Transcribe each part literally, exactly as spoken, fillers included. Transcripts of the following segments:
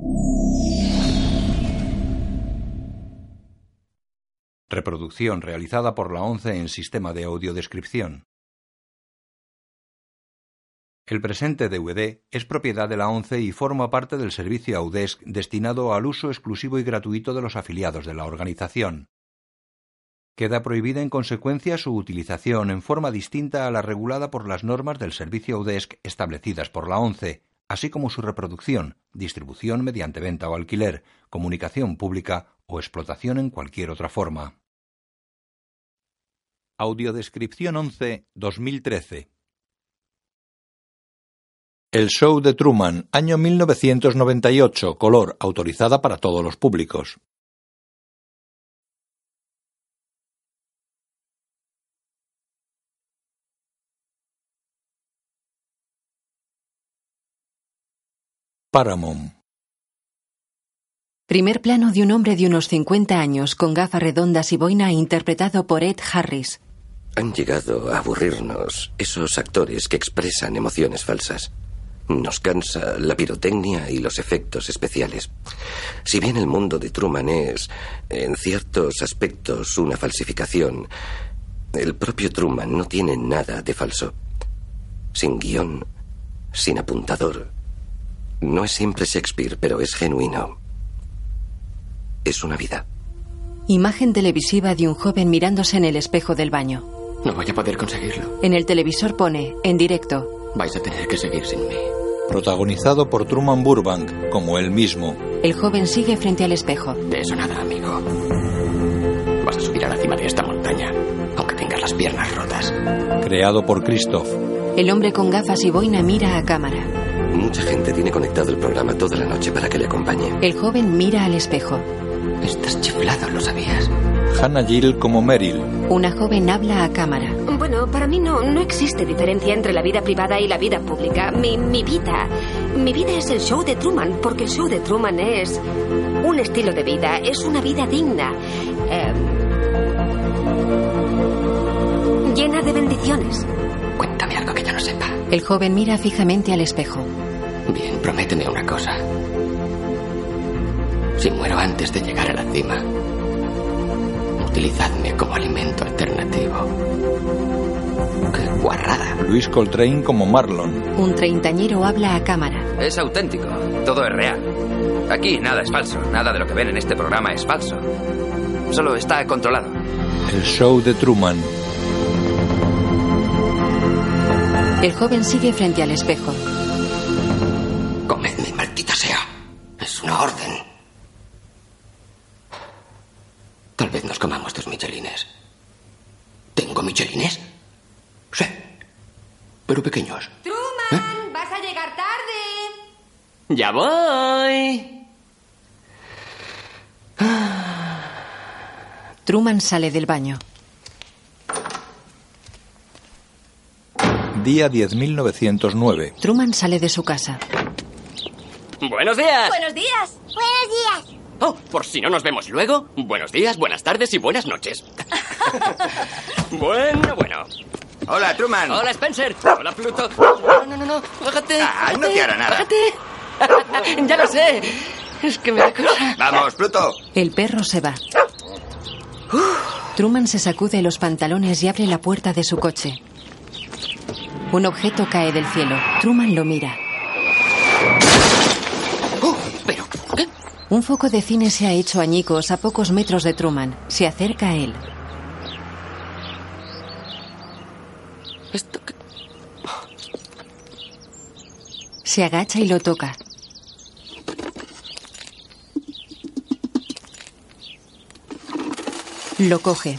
Reproducción realizada por la ONCE en sistema de audiodescripción. El presente D V D es propiedad de la ONCE y forma parte del servicio Audesc destinado al uso exclusivo y gratuito de los afiliados de la organización. Queda prohibida en consecuencia su utilización en forma distinta a la regulada por las normas del servicio Audesc establecidas por la ONCE, así como su reproducción, distribución mediante venta o alquiler, comunicación pública o explotación en cualquier otra forma. Audiodescripción once dos mil trece. El show de Truman, año mil novecientos noventa y ocho, color, autorizada para todos los públicos. Paramount. Primer plano de un hombre de unos cincuenta años con gafas redondas y boina interpretado por Ed Harris. Han llegado a aburrirnos esos actores que expresan emociones falsas. Nos cansa la pirotecnia y los efectos especiales. Si bien el mundo de Truman es, en ciertos aspectos, una falsificación, el propio Truman no tiene nada de falso. Sin guión, sin apuntador. No es siempre Shakespeare, pero es genuino. Es una vida. Imagen televisiva de un joven mirándose en el espejo del baño. No voy a poder conseguirlo. En el televisor pone, en directo: vais a tener que seguir sin mí. Protagonizado por Truman Burbank, como él mismo. El joven sigue frente al espejo. De eso nada, amigo. Vas a subir a la cima de esta montaña, aunque tengas las piernas rotas. Creado por Christoph. El hombre con gafas y boina mira a cámara. Mucha gente tiene conectado el programa toda la noche para que le acompañe. El joven mira al espejo. Estás chiflado, ¿lo sabías? Hannah Gill como Meryl. Una joven habla a cámara. Bueno, para mí no, no existe diferencia entre la vida privada y la vida pública. Mi, mi vida, mi vida es el show de Truman, porque el show de Truman es un estilo de vida, es una vida digna, eh, llena de bendiciones. Cuéntame algo que yo no sepa. El joven mira fijamente al espejo. Bien, prométeme una cosa. Si muero antes de llegar a la cima, utilizadme como alimento alternativo. ¡Qué guarrada! Luis Coltrane como Marlon. Un treintañero habla a cámara. Es auténtico, todo es real. Aquí nada es falso, nada de lo que ven en este programa es falso. Solo está controlado. El show de Truman. El joven sigue frente al espejo. Comedme, maldita sea. Es una orden. Tal vez nos comamos tus michelines. ¿Tengo michelines? Sí. Pero pequeños. Truman, ¿eh? Vas a llegar tarde. Ya voy. Truman sale del baño. Día diez mil novecientos nueve. Truman sale de su casa. ¡Buenos días! ¡Buenos días! ¡Buenos días! Oh, por si no nos vemos luego, buenos días, buenas tardes y buenas noches. Bueno, bueno. Hola, Truman. Hola, Spencer. Hola, Pluto. No, no, no, no. Bájate. Ah, no te hará nada. Bájate. Ya lo sé. Es que me da cosa. Vamos, Pluto. El perro se va. Truman se sacude los pantalones y abre la puerta de su coche. Un objeto cae del cielo. Truman lo mira. Oh, pero, ¿qué? Un foco de cine se ha hecho añicos a pocos metros de Truman. Se acerca a él. ¿Esto qué? Se agacha y lo toca. Lo coge.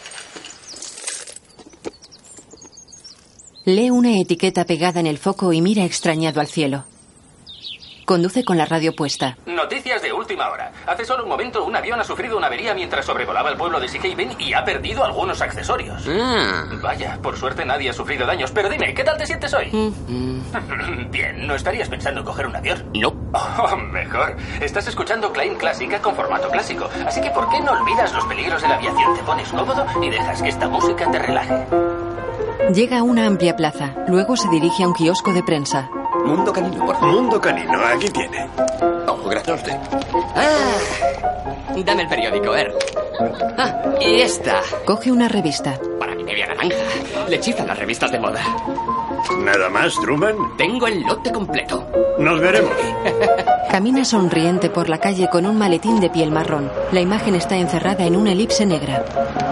Lee una etiqueta pegada en el foco y mira extrañado al cielo. Conduce con la radio puesta. Noticias de última hora. Hace solo un momento un avión ha sufrido una avería mientras sobrevolaba el pueblo de Seahaven y ha perdido algunos accesorios. Mm. Vaya, por suerte nadie ha sufrido daños. Pero dime, ¿qué tal te sientes hoy? Mm. Bien, ¿no estarías pensando en coger un avión? No. Oh, mejor. Estás escuchando Klein Clásica con formato clásico. Así que ¿por qué no olvidas los peligros de la aviación? Te pones cómodo y dejas que esta música te relaje. Llega a una amplia plaza. Luego se dirige a un kiosco de prensa. Mundo Canino, por favor. Mundo Canino, aquí tiene. Oh, gratos de... Ah, dame el periódico, Er. Ah, y esta. Coge una revista. Para mi media naranja. Le chiflan las revistas de moda. ¿Nada más, Truman? Tengo el lote completo. Nos veremos. Camina sonriente por la calle con un maletín de piel marrón. La imagen está encerrada en una elipse negra.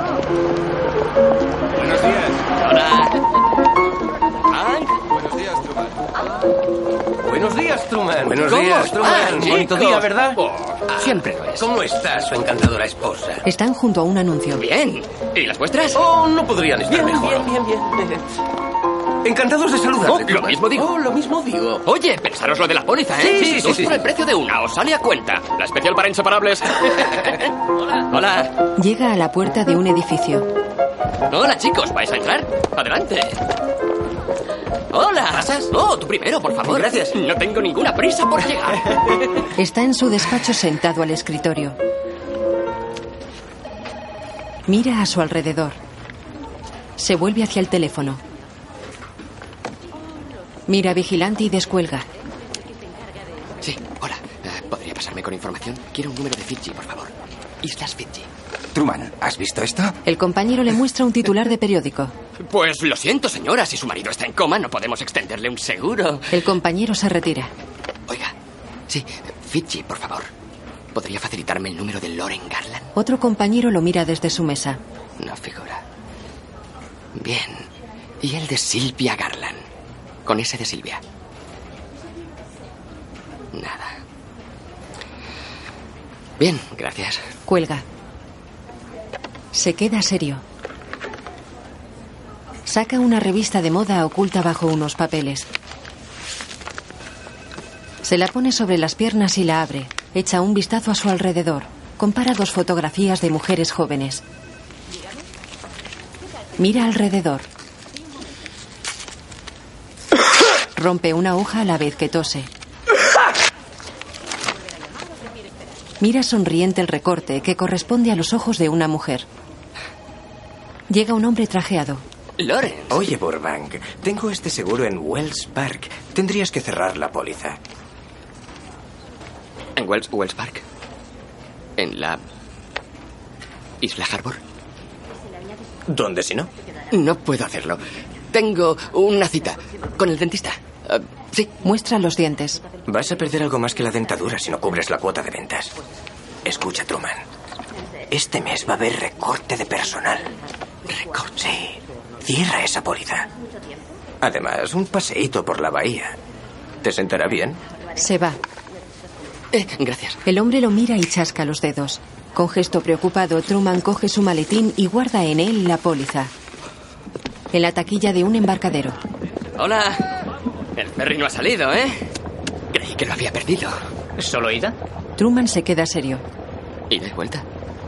Buenos días. Hola. Hank. Buenos días, Truman. Buenos días, Truman. Buenos ¿Cómo días, Truman. Ah, Bonito chicos. día, ¿verdad? Oh, siempre lo es. ¿Cómo está su encantadora esposa? Están junto a un anuncio. Bien. ¿Y las vuestras? Oh, no podrían estar Bien, mejor. bien, bien, bien. Encantados de saludarle, Oh, lo Truman. mismo digo. Oh, lo mismo digo. Oye, pensaros lo de la póliza, ¿eh? Sí, sí, sí, Dos sí, por sí. el precio de una, os sale a cuenta. La especial para inseparables. Hola. Hola. Llega a la puerta de un edificio. Hola, chicos, ¿vais a entrar? Adelante. Hola. ¿Pasas? Oh, tú primero, por favor. Gracias. No tengo ninguna prisa por llegar. Está en su despacho sentado al escritorio. Mira a su alrededor. Se vuelve hacia el teléfono. Mira vigilante y descuelga. Sí, hola. Eh, ¿Podría pasarme con información? Quiero un número de Fiji, por favor. Islas Fiji. Truman, ¿has visto esto? El compañero le muestra un titular de periódico. Pues lo siento, señora. Si su marido está en coma, no podemos extenderle un seguro. El compañero se retira. Oiga, sí, Fiji, por favor. ¿Podría facilitarme el número de Lauren Garland? Otro compañero lo mira desde su mesa. No figura. Bien. Y el de Silvia Garland. Con ese de Silvia. Nada. Bien, gracias. Cuelga. Se queda serio. Saca una revista de moda oculta bajo unos papeles. Se la pone sobre las piernas y la abre. Echa un vistazo a su alrededor. Compara dos fotografías de mujeres jóvenes. Mira alrededor. Rompe una hoja a la vez que tose. Mira sonriente el recorte que corresponde a los ojos de una mujer. Llega un hombre trajeado. Lauren. Oye, Burbank, tengo este seguro en Wells Park. Tendrías que cerrar la póliza. ¿En Wells, Wells Park? ¿En la Isla Harbor? ¿Dónde si no? No puedo hacerlo. Tengo una cita con el dentista. Uh, sí. Muestra los dientes. Vas a perder algo más que la dentadura si no cubres la cuota de ventas. Escucha, Truman. Este mes va a haber recorte de personal. ¿Recorte? Sí. Cierra esa póliza. Además, un paseíto por la bahía. ¿Te sentará bien? Se va. Eh, gracias. El hombre lo mira y chasca los dedos. Con gesto preocupado, Truman coge su maletín y guarda en él la póliza. En la taquilla de un embarcadero. Hola. El ferry no ha salido, ¿eh? Creí que lo había perdido. ¿Solo ida? Truman se queda serio. ¿Y de vuelta?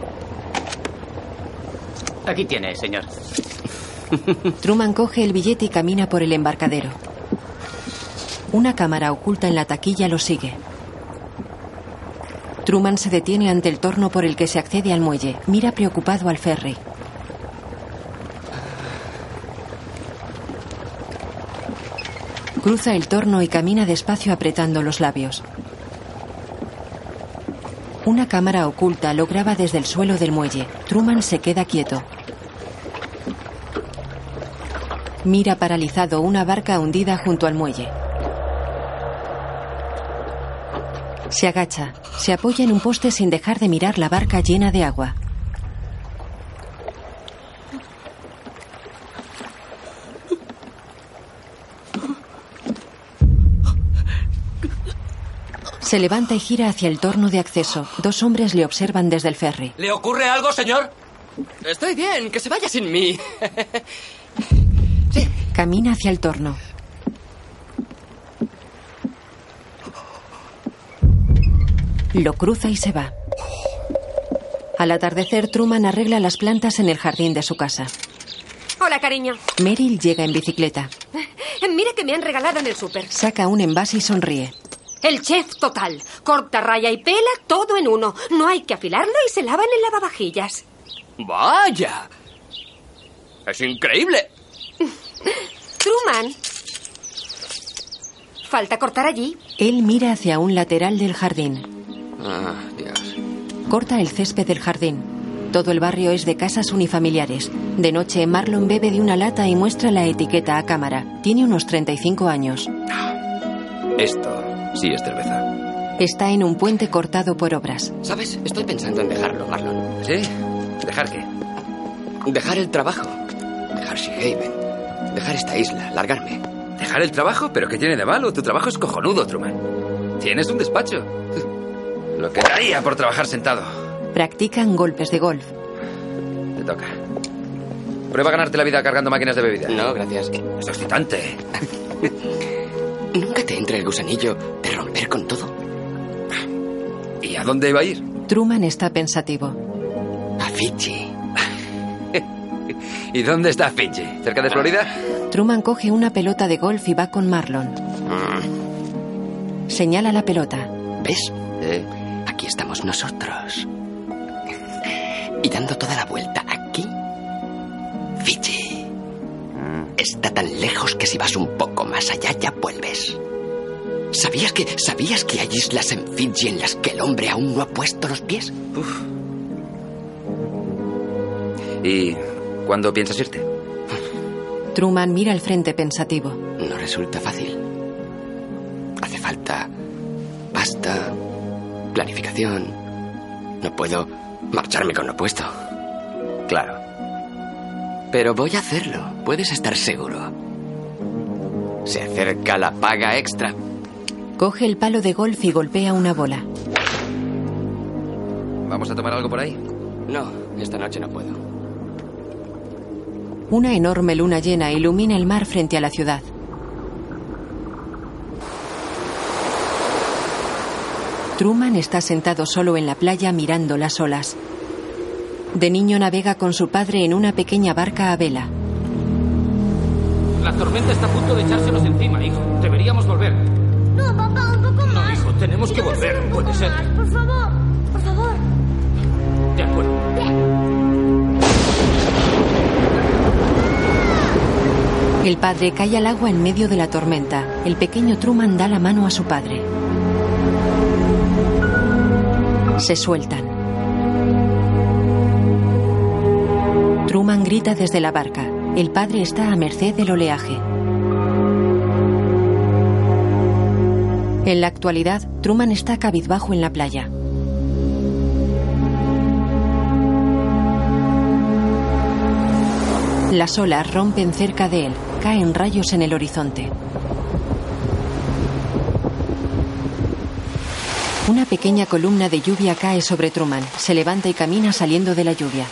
Aquí tiene, señor. Truman coge el billete y camina por el embarcadero. Una cámara oculta en la taquilla lo sigue. Truman se detiene ante el torno por el que se accede al muelle. Mira preocupado al ferry. Cruza el torno y camina despacio apretando los labios. Una cámara oculta lo graba desde el suelo del muelle. Truman se queda quieto. Mira paralizado una barca hundida junto al muelle. Se agacha, se apoya en un poste sin dejar de mirar la barca llena de agua. Se levanta y gira hacia el torno de acceso. Dos hombres le observan desde el ferry. ¿Le ocurre algo, señor? Estoy bien, que se vaya sin mí. Sí. Camina hacia el torno. Lo cruza y se va. Al atardecer, Truman arregla las plantas en el jardín de su casa. Hola, cariño. Meryl llega en bicicleta. Mira que me han regalado en el súper. Saca un envase y sonríe. El chef total. Corta, raya y pela, todo en uno. No hay que afilarlo y se lava en el lavavajillas. ¡Vaya! ¡Es increíble! Truman. ¿Falta cortar allí? Él mira hacia un lateral del jardín. Ah, Dios. Corta el césped del jardín. Todo el barrio es de casas unifamiliares. De noche, Marlon bebe de una lata y muestra la etiqueta a cámara. Tiene unos treinta y cinco años. Esto sí es cerveza. Está en un puente cortado por obras. ¿Sabes? Estoy pensando en dejarlo, Marlon. ¿Sí? ¿Dejar qué? Dejar el trabajo. Dejar Shehaven. Dejar esta isla. Largarme. ¿Dejar el trabajo? ¿Pero qué tiene de malo? Tu trabajo es cojonudo, Truman. Tienes un despacho. Lo que daría por trabajar sentado. Practican golpes de golf. Te toca. Prueba a ganarte la vida cargando máquinas de bebida. No, gracias. Es excitante. ¿Nunca te entra el gusanillo de romper con todo? ¿Y a dónde iba a ir? Truman está pensativo. A Fiji. ¿Y dónde está Fiji? ¿Cerca de Florida? Truman coge una pelota de golf y va con Marlon. Mm. Señala la pelota. ¿Ves? ¿Eh? Aquí estamos nosotros. Y dando toda la vuelta aquí, Fiji. Está tan lejos que si vas un poco más allá ya vuelves. ¿Sabías que, ¿Sabías que hay islas en Fiji en las que el hombre aún no ha puesto los pies? Uf. ¿Y cuándo piensas irte? Truman mira al frente pensativo. No resulta fácil. Hace falta pasta, planificación. No puedo marcharme con lo puesto. Claro. Pero voy a hacerlo, puedes estar seguro. Se acerca la paga extra. Coge el palo de golf y golpea una bola. ¿Vamos a tomar algo por ahí? No, esta noche no puedo. Una enorme luna llena ilumina el mar frente a la ciudad. Truman está sentado solo en la playa mirando las olas. De niño navega con su padre en una pequeña barca a vela. La tormenta está a punto de echársenos encima, hijo. Deberíamos volver. No, papá, un poco más. No, hijo, tenemos que volver. Un poco Puede ser. más, por favor, por favor. De acuerdo. El padre cae al agua en medio de la tormenta. El pequeño Truman da la mano a su padre. Se sueltan. Truman grita desde la barca. El padre está a merced del oleaje. En la actualidad, Truman está cabizbajo en la playa. Las olas rompen cerca de él. Caen rayos en el horizonte. Una pequeña columna de lluvia cae sobre Truman. Se levanta y camina saliendo de la lluvia.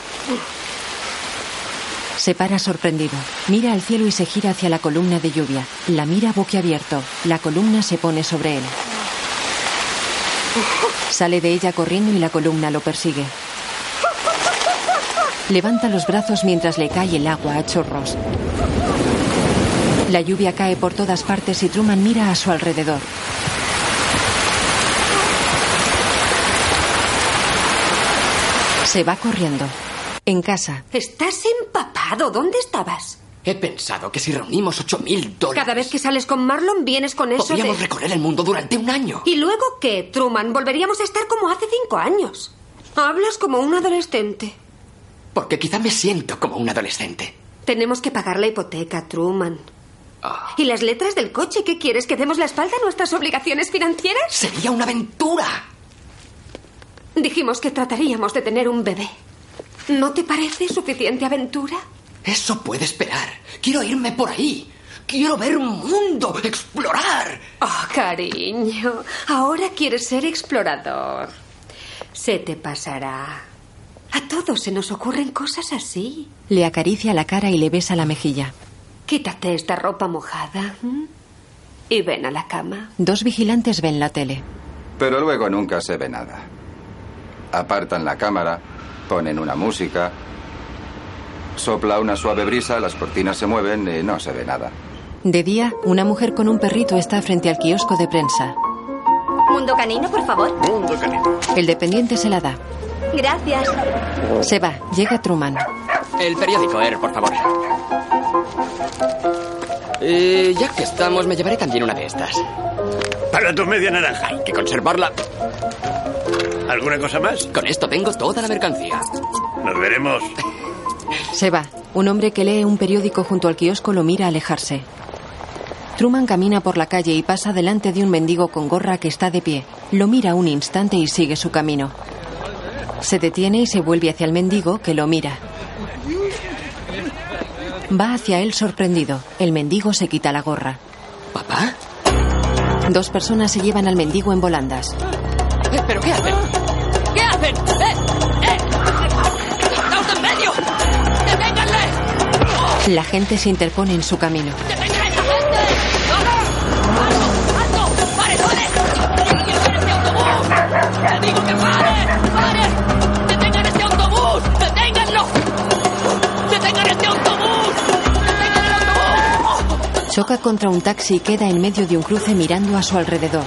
Se para sorprendido. Mira al cielo y se gira hacia la columna de lluvia. La mira boquiabierto. La columna se pone sobre él. Sale de ella corriendo y la columna lo persigue. Levanta los brazos mientras le cae el agua a chorros. La lluvia cae por todas partes y Truman mira a su alrededor. Se va corriendo. En casa. ¿Estás empapado? ¿Dónde estabas? He pensado que si reunimos ocho mil dólares... Cada vez que sales con Marlon vienes con eso podríamos de... recorrer el mundo durante un año. ¿Y luego qué, Truman? Volveríamos a estar como hace cinco años. Hablas como un adolescente. Porque quizá me siento como un adolescente. Tenemos que pagar la hipoteca, Truman. Oh. ¿Y las letras del coche? ¿Qué quieres? ¿Que demos la espalda a nuestras obligaciones financieras? Sería una aventura. Dijimos que trataríamos de tener un bebé. ¿No te parece suficiente aventura? Eso puede esperar. Quiero irme por ahí. Quiero ver un mundo, explorar. Oh, cariño. Ahora quieres ser explorador. Se te pasará. A todos se nos ocurren cosas así. Le acaricia la cara y le besa la mejilla. Quítate esta ropa mojada, ¿m? Y ven a la cama. Dos vigilantes ven la tele. Pero luego nunca se ve nada. Apartan la cámara, ponen una música, sopla una suave brisa, las cortinas se mueven y no se ve nada. De día, una mujer con un perrito está frente al kiosco de prensa. Mundo canino, por favor. Mundo canino. El dependiente se la da. Gracias. Se va. Llega Truman. El periódico, Er, por favor. Y ya que estamos, me llevaré también una de estas. Para tu media naranja. Hay que conservarla. ¿Alguna cosa más? Con esto tengo toda la mercancía. Nos veremos. Se va. Un hombre que lee un periódico junto al kiosco lo mira alejarse. Truman camina por la calle y pasa delante de un mendigo con gorra que está de pie. Lo mira un instante y sigue su camino. Se detiene y se vuelve hacia el mendigo, que lo mira. Va hacia él sorprendido. El mendigo se quita la gorra. ¿Papá? Dos personas se llevan al mendigo en volandas. Eh, ¿Pero qué hacen? ¿Qué hacen? ¡Eh! ¡Eh! ¡Quitaos de en medio! ¡Deténganle! La gente se interpone en su camino. ¡Detengan a esa gente! ¡Alto! ¡Alto! ¡Pare, pare! ¡Yo quiero ver este autobús! ¡Te digo que pare! ¡Pare! ¡Detengan este autobús! ¡Deténganlo! ¡Detengan este autobús! ¡Detengan el autobús! Choca contra un taxi y queda en medio de un cruce mirando a su alrededor.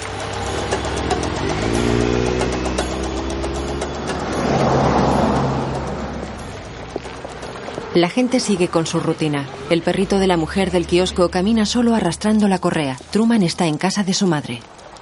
La gente sigue con su rutina. El perrito de la mujer del kiosco camina solo arrastrando la correa. Truman está en casa de su madre.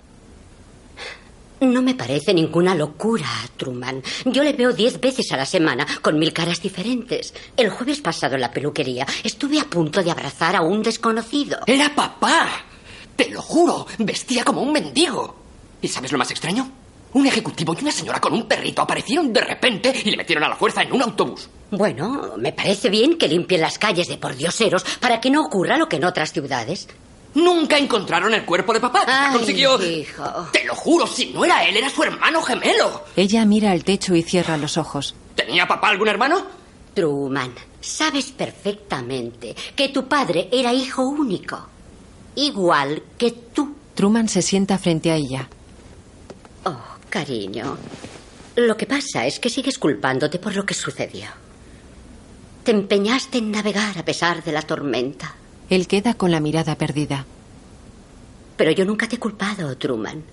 No me parece ninguna locura, Truman. Yo le veo diez veces a la semana, con mil caras diferentes. El jueves pasado en la peluquería estuve a punto de abrazar a un desconocido. ¡Era papá! Te lo juro, vestía como un mendigo. ¿Y sabes lo más extraño? Un ejecutivo y una señora con un perrito aparecieron de repente y le metieron a la fuerza en un autobús. Bueno, me parece bien que limpien las calles de pordioseros para que no ocurra lo que en otras ciudades. Nunca encontraron el cuerpo de papá. Ay, consiguió. Hijo. Te lo juro, si no era él, era su hermano gemelo. Ella mira al techo y cierra los ojos. ¿Tenía papá algún hermano? Truman, sabes perfectamente que tu padre era hijo único. Igual que tú. Truman se sienta frente a ella. Oh, cariño. Lo que pasa es que sigues culpándote por lo que sucedió. Te empeñaste en navegar a pesar de la tormenta. Él queda con la mirada perdida. Pero yo nunca te he culpado, Truman.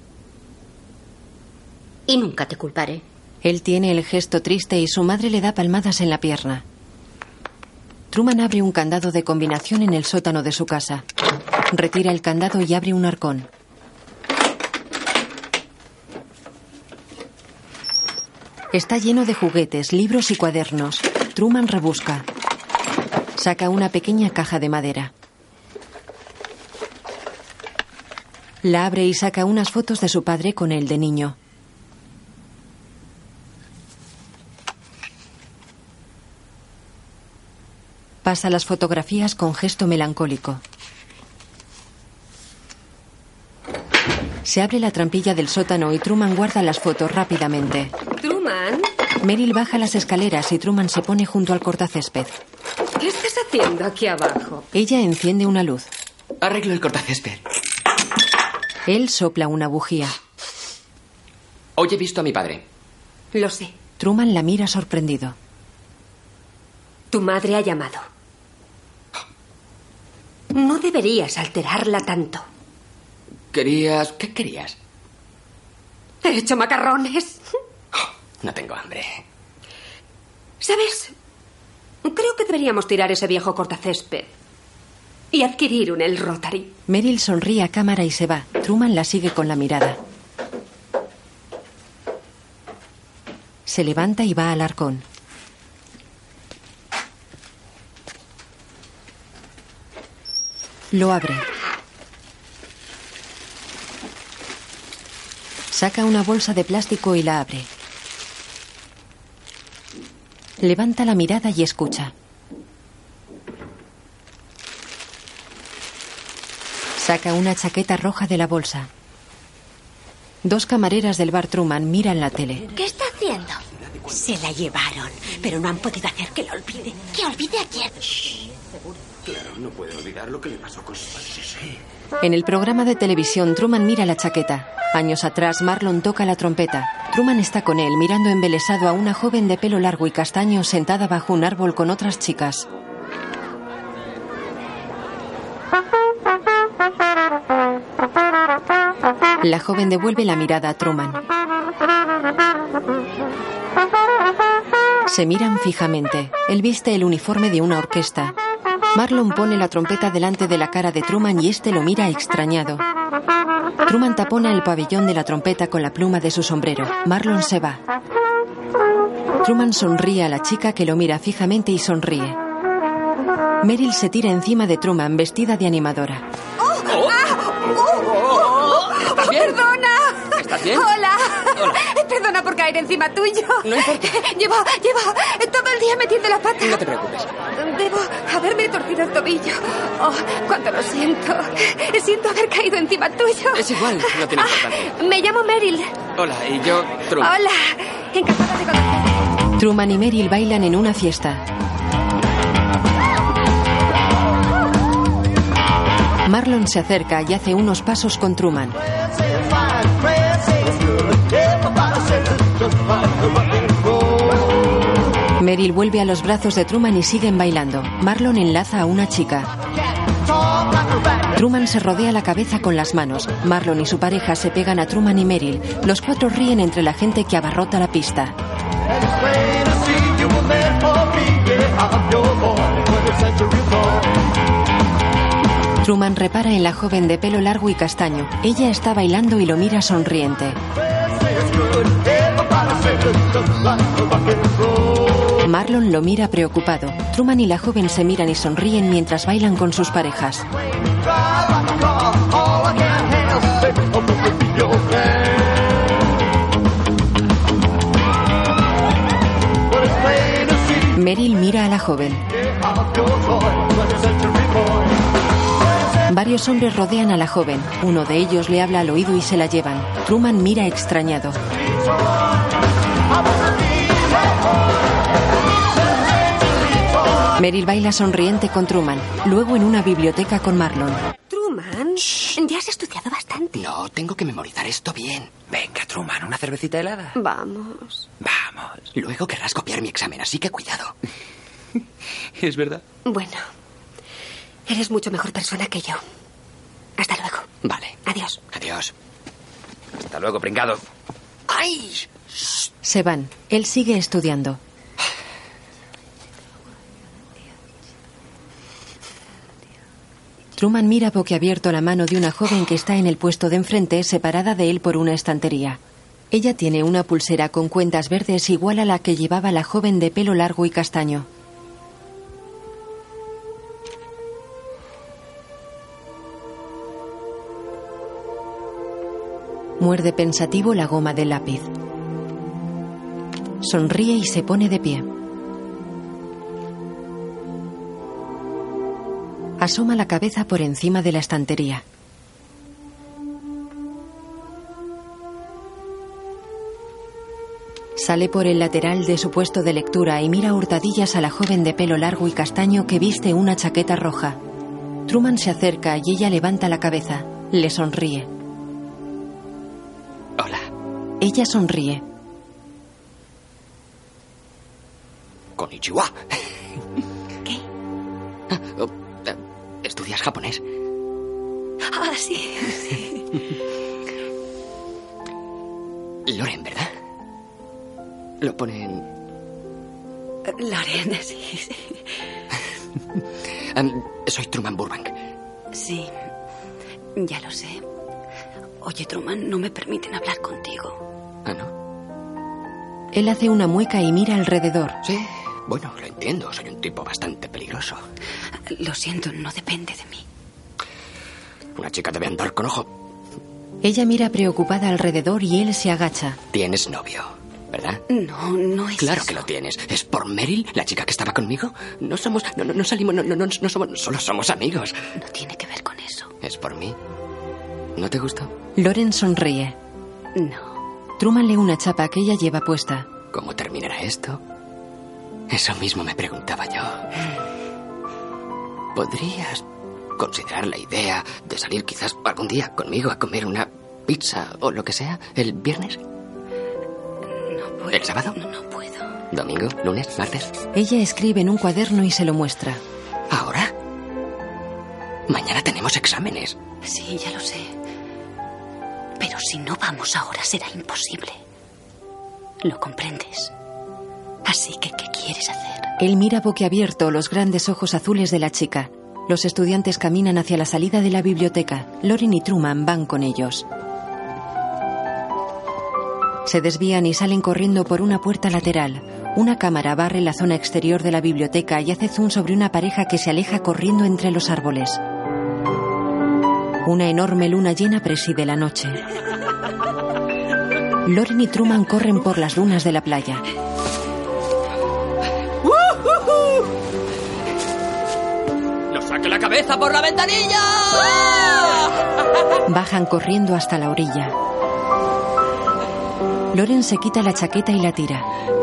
Y nunca te culparé. Él tiene el gesto triste y su madre le da palmadas en la pierna. Truman abre un candado de combinación en el sótano de su casa. Retira el candado y abre un arcón. Está lleno de juguetes, libros y cuadernos. Truman rebusca. Saca una pequeña caja de madera. La abre y saca unas fotos de su padre con él de niño. Pasa las fotografías con gesto melancólico. Se abre la trampilla del sótano y Truman guarda las fotos rápidamente. ¿Truman? Meryl baja las escaleras y Truman se pone junto al cortacésped. ¿Qué estás haciendo aquí abajo? Ella enciende una luz. Arreglo el cortacésped. Él sopla una bujía. Hoy he visto a mi padre. Lo sé. Truman la mira sorprendido. Tu madre ha llamado. No deberías alterarla tanto. ¿Querías... ¿Qué querías? He hecho macarrones. No tengo hambre. ¿Sabes? Creo que deberíamos tirar ese viejo cortacésped y adquirir un El Rotary. Meryl sonríe a cámara y se va. Truman la sigue con la mirada. Se levanta y va al arcón. Lo abre. Saca una bolsa de plástico y la abre. Levanta la mirada y escucha. Saca una chaqueta roja de la bolsa. Dos camareras del bar Truman miran la tele. ¿Qué está haciendo? Se la llevaron, pero no han podido hacer que lo olvide. ¿Que olvide a quién? Claro, no puede olvidar lo que le pasó con su padre. Sí, sí. En el programa de televisión, Truman mira la chaqueta. Años atrás, Marlon toca la trompeta. Truman está con él, mirando embelesado a una joven de pelo largo y castaño sentada bajo un árbol con otras chicas. La joven devuelve la mirada a Truman. Se miran fijamente. Él viste el uniforme de una orquesta. Marlon pone la trompeta delante de la cara de Truman y este lo mira extrañado. Truman tapona el pabellón de la trompeta con la pluma de su sombrero. Marlon se va. Truman sonríe a la chica que lo mira fijamente y sonríe. Meryl se tira encima de Truman vestida de animadora. ¡Oh! ¡Ah! ¡Oh! ¡Oh! ¿Estás bien? ¡Perdona! ¿Estás bien? ¡Hola! Hola. Perdona por caer encima tuyo. No importa. Llevo, llevo todo el día metiendo la pata. No te preocupes. Debo haberme torcido el tobillo. Oh, cuánto lo siento. Siento haber caído encima tuyo. Es igual, no tiene importancia. Ah, me llamo Meryl. Hola, y yo, Truman. Hola. Encantada de conocerte. Truman y Meryl bailan en una fiesta. Marlon se acerca y hace unos pasos con Truman. Meryl vuelve a los brazos de Truman y siguen bailando. Marlon enlaza a una chica. Truman se rodea la cabeza con las manos. Marlon y su pareja se pegan a Truman y Meryl. Los cuatro ríen entre la gente que abarrota la pista. Truman repara en la joven de pelo largo y castaño. Ella está bailando y lo mira sonriente. Marlon lo mira preocupado. Truman y la joven se miran y sonríen mientras bailan con sus parejas. Meryl mira a la joven. Varios hombres rodean a la joven. Uno de ellos le habla al oído y se la llevan. Truman mira extrañado. Meryl baila sonriente con Truman. Luego en una biblioteca con Marlon. Truman, ya has estudiado bastante. No, tengo que memorizar esto bien. Venga, Truman, ¿una cervecita helada? Vamos. Vamos. Luego querrás copiar mi examen, así que cuidado. ¿Es verdad? Bueno, eres mucho mejor persona que yo. Hasta luego. Vale. Adiós. Adiós. Hasta luego, pringado. ¡Ay! Se van. Él sigue estudiando. Truman mira boquiabierto la mano de una joven que está en el puesto de enfrente, separada de él por una estantería. Ella tiene una pulsera con cuentas verdes igual a la que llevaba la joven de pelo largo y castaño. Muerde pensativo la goma del lápiz. Sonríe y se pone de pie. Asoma la cabeza por encima de la estantería. Sale por el lateral de su puesto de lectura y mira a hurtadillas a la joven de pelo largo y castaño que viste una chaqueta roja. Truman se acerca y ella levanta la cabeza. Le sonríe. Hola. Ella sonríe. Konnichiwa. ¿Qué? Oh, eh, ¿Estudias japonés? Ah, sí, sí. Loren, ¿verdad? Lo ponen... Loren, sí, sí. um, soy Truman Burbank. Sí, ya lo sé. Oye, Truman, no me permiten hablar contigo. ¿Ah, no? Él hace una mueca y mira alrededor. Sí, bueno, lo entiendo. Soy un tipo bastante peligroso. Lo siento, no depende de mí. Una chica debe andar con ojo. Ella mira preocupada alrededor y él se agacha. Tienes novio, ¿verdad? No, no es Claro eso. que lo tienes. ¿Es por Meryl, la chica que estaba conmigo? No somos... No, no, no salimos... No, no, no, no somos... Solo somos amigos. No tiene que ver con eso. ¿Es por mí? ¿No te gustó? Loren sonríe. No. Truman lee una chapa que ella lleva puesta. ¿Cómo terminará esto? Eso mismo me preguntaba yo. ¿Podrías considerar la idea de salir quizás algún día conmigo a comer una pizza o lo que sea el viernes? No puedo. ¿El sábado? No, no puedo. ¿Domingo? ¿Lunes? ¿Martes? Ella escribe en un cuaderno y se lo muestra. ¿Ahora? Mañana tenemos exámenes. Sí, ya lo sé. Pero si no vamos ahora será imposible. ¿Lo comprendes? Así que, ¿qué quieres hacer? Él mira boquiabierto los grandes ojos azules de la chica. Los estudiantes caminan hacia la salida de la biblioteca. Loren y Truman van con ellos. Se desvían y salen corriendo por una puerta lateral. Una cámara barre la zona exterior de la biblioteca y hace zoom sobre una pareja que se aleja corriendo entre los árboles. Una enorme luna llena preside la noche. Loren y Truman corren por las dunas de la playa. ¡No saque la cabeza por la ventanilla! Bajan corriendo hasta la orilla. Loren se quita la chaqueta y la tira.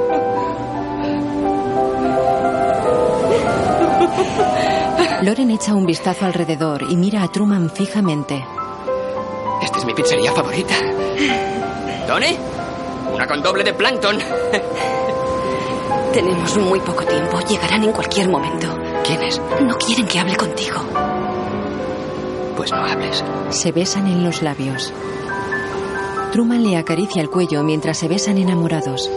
Loren echa un vistazo alrededor y mira a Truman fijamente. Esta es mi pizzería favorita. ¿Tony? Una con doble de plancton. Tenemos muy poco tiempo. Llegarán en cualquier momento. ¿Quiénes? No quieren que hable contigo. Pues no hables. Se besan en los labios. Truman le acaricia el cuello mientras se besan enamorados.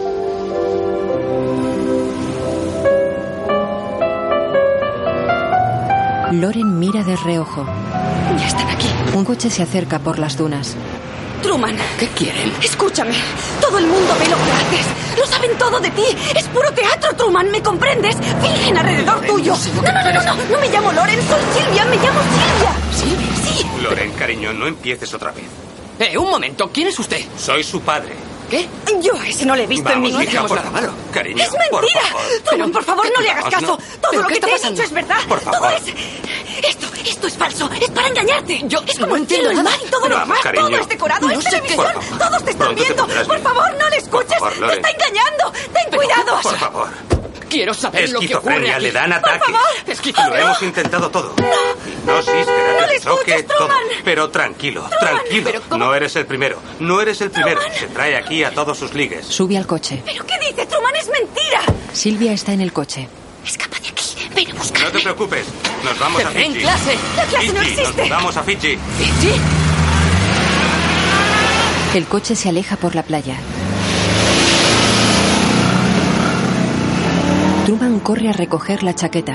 Loren mira de reojo. Ya están aquí. Un coche se acerca por las dunas. Truman. ¿Qué quieren? Escúchame. Todo el mundo ve lo que haces. Lo saben todo de ti. Es puro teatro, Truman. ¿Me comprendes? Fingen alrededor Loren, tuyo. No, no, no, no, no, no. No me llamo Loren. Soy Silvia. Me llamo Silvia. ¿Silvia? Sí. Loren, cariño, no empieces otra vez. Eh, un momento. ¿Quién es usted? Soy su padre. ¿Qué? Yo a ese no le he visto Vamos, en mi hija, vida. por nada malo. Cariño, ¡Es mentira! por favor. Truman, por favor, no le hagas Vamos, caso. no. Todo ¿Pero lo qué que está te he pasando? dicho es verdad. Por favor. Todo es... Esto, esto es falso. Es para engañarte. Yo es como no el cielo, entiendo el nada. mar y todo lo Vamos, demás. cariño. Todo es decorado. No es sé qué- televisión. Por favor. Todos te están Pronto te viendo. pondrás Por bien. favor, no le escuches. favor, te Loren. está engañando. Ten cuidado. Por favor. Quiero saber lo que ocurre Esquizofrenia, aquí. le dan ataques. favor. Lo hemos intentado todo. No. Hipnosis, terapia No le de choque, escuches, todo. Truman. Pero tranquilo, tranquilo. ¿Pero cómo? No eres el primero. No eres el primero. Se trae aquí a todos sus ligues. Sube al coche. ¿Pero qué dice, Truman? Es mentira. Silvia está en el coche. Escapa de aquí. Ven a buscarme. No te preocupes. Nos vamos a Tendré en Fiji. clase. La clase no Fiji, existe. Nos vamos a Fiji. ¿Sí? El coche se aleja por la playa. Truman corre a recoger la chaqueta.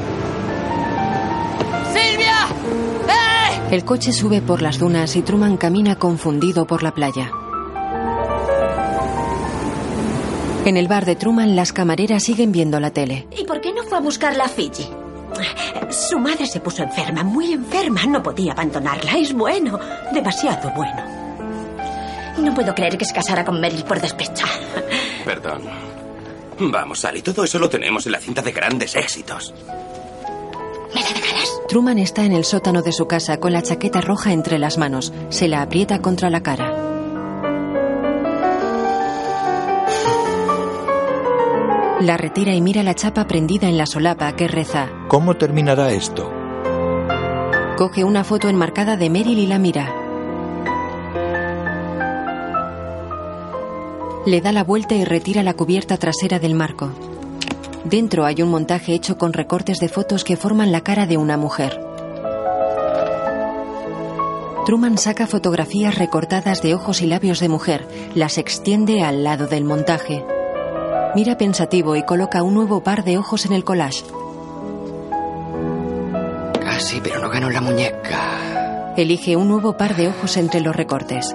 ¡Silvia! ¡Eh! El coche sube por las dunas y Truman camina confundido por la playa. En el bar de Truman, las camareras siguen viendo la tele. ¿Y por qué no fue a buscarla a Fiji? Su madre se puso enferma, muy enferma. No podía abandonarla. Es bueno, demasiado bueno. No puedo creer que se casara con Meryl por despecho. Perdón. Vamos, Sally, todo eso lo tenemos en la cinta de grandes éxitos. ¿Me la dejarás? Truman está en el sótano de su casa con la chaqueta roja entre las manos. Se la aprieta contra la cara. La retira y mira la chapa prendida en la solapa que reza. ¿Cómo terminará esto? Coge una foto enmarcada de Meryl y la mira. Le da la vuelta y retira la cubierta trasera del marco. Dentro hay un montaje hecho con recortes de fotos que forman la cara de una mujer. Truman saca fotografías recortadas de ojos y labios de mujer, las extiende al lado del montaje. Mira pensativo y coloca un nuevo par de ojos en el collage. Casi, pero no ganó la muñeca. Elige un nuevo par de ojos entre los recortes.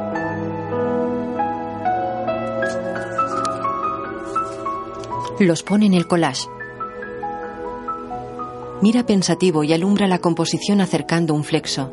Los pone en el collage. Mira pensativo y alumbra la composición acercando un flexo.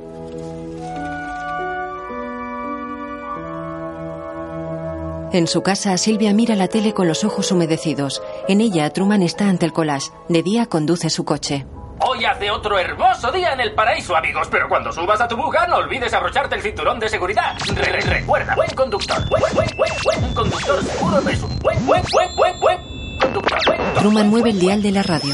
En su casa, Silvia mira la tele con los ojos humedecidos. En ella, Truman está ante el collage. De día conduce su coche. Hoy hace otro hermoso día en el paraíso, amigos, pero cuando subas a tu buga no olvides abrocharte el cinturón de seguridad. Re- re- recuerda, buen conductor, buen, buen, buen, buen, un conductor seguro no es un buen, buen, buen, buen, buen conductor. Buen conductor. Truman mueve el dial de la radio.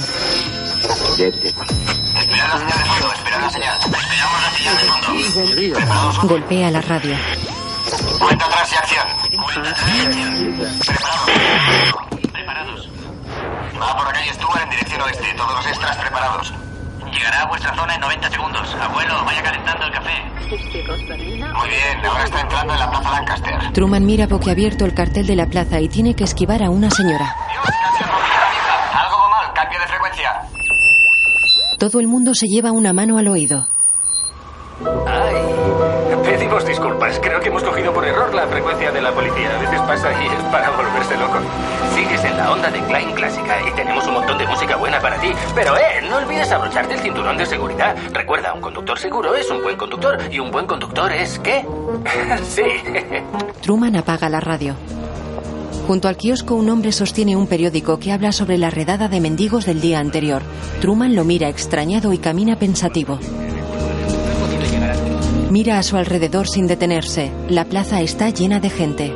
Esperad la señal, esperamos la señal de fondo. Preparados. Golpea la radio. Cuenta atrás y acción. Cuenta atrás y acción. Preparados. Preparados. Va por la calle Stuart en dirección oeste. Todos los extras preparados. Llegará a vuestra zona en noventa segundos. Abuelo, vaya calentando el café. Muy bien, ahora está entrando en la Plaza Lancaster. Truman mira boquiabierto el cartel de la plaza y tiene que esquivar a una señora. Dios, canción rojiza vieja. Algo va mal, cambio de frecuencia. Todo el mundo se lleva una mano al oído. Ay, pedimos disculpas. disculpas. Creo que hemos cogido por error la frecuencia de la policía. A veces pasa y es para volverse loco. Sigues en la onda de Klein Clásica y tenemos un montón de música buena para ti. Pero, eh, no olvides abrocharte el cinturón de seguridad. Recuerda, un conductor seguro es un buen conductor. ¿Y un buen conductor es qué? Sí. Truman apaga la radio. Junto al kiosco, un hombre sostiene un periódico que habla sobre la redada de mendigos del día anterior. Truman lo mira extrañado y camina pensativo. Mira a su alrededor sin detenerse. La plaza está llena de gente.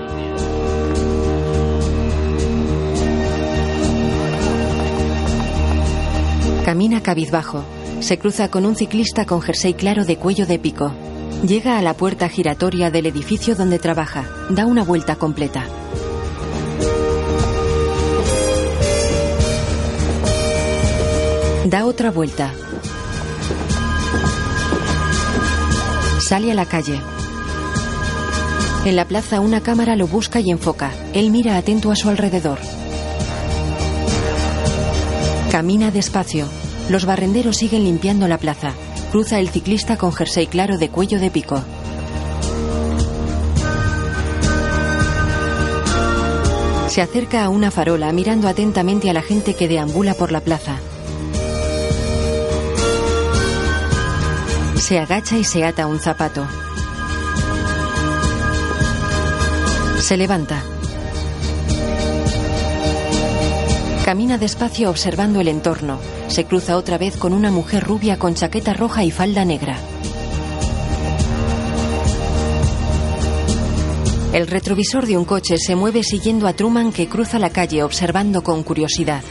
Camina cabizbajo. Se cruza con un ciclista con jersey claro de cuello de pico. Llega a la puerta giratoria del edificio donde trabaja. Da una vuelta completa. Da otra vuelta. Sale a la calle. En la plaza una cámara lo busca y enfoca. Él mira atento a su alrededor. Camina despacio. Los barrenderos siguen limpiando la plaza. Cruza el ciclista con jersey claro de cuello de pico. Se acerca a una farola mirando atentamente a la gente que deambula por la plaza. Se agacha y se ata un zapato. Se levanta. Camina despacio observando el entorno. Se cruza otra vez con una mujer rubia con chaqueta roja y falda negra. El retrovisor de un coche se mueve siguiendo a Truman, que cruza la calle observando con curiosidad.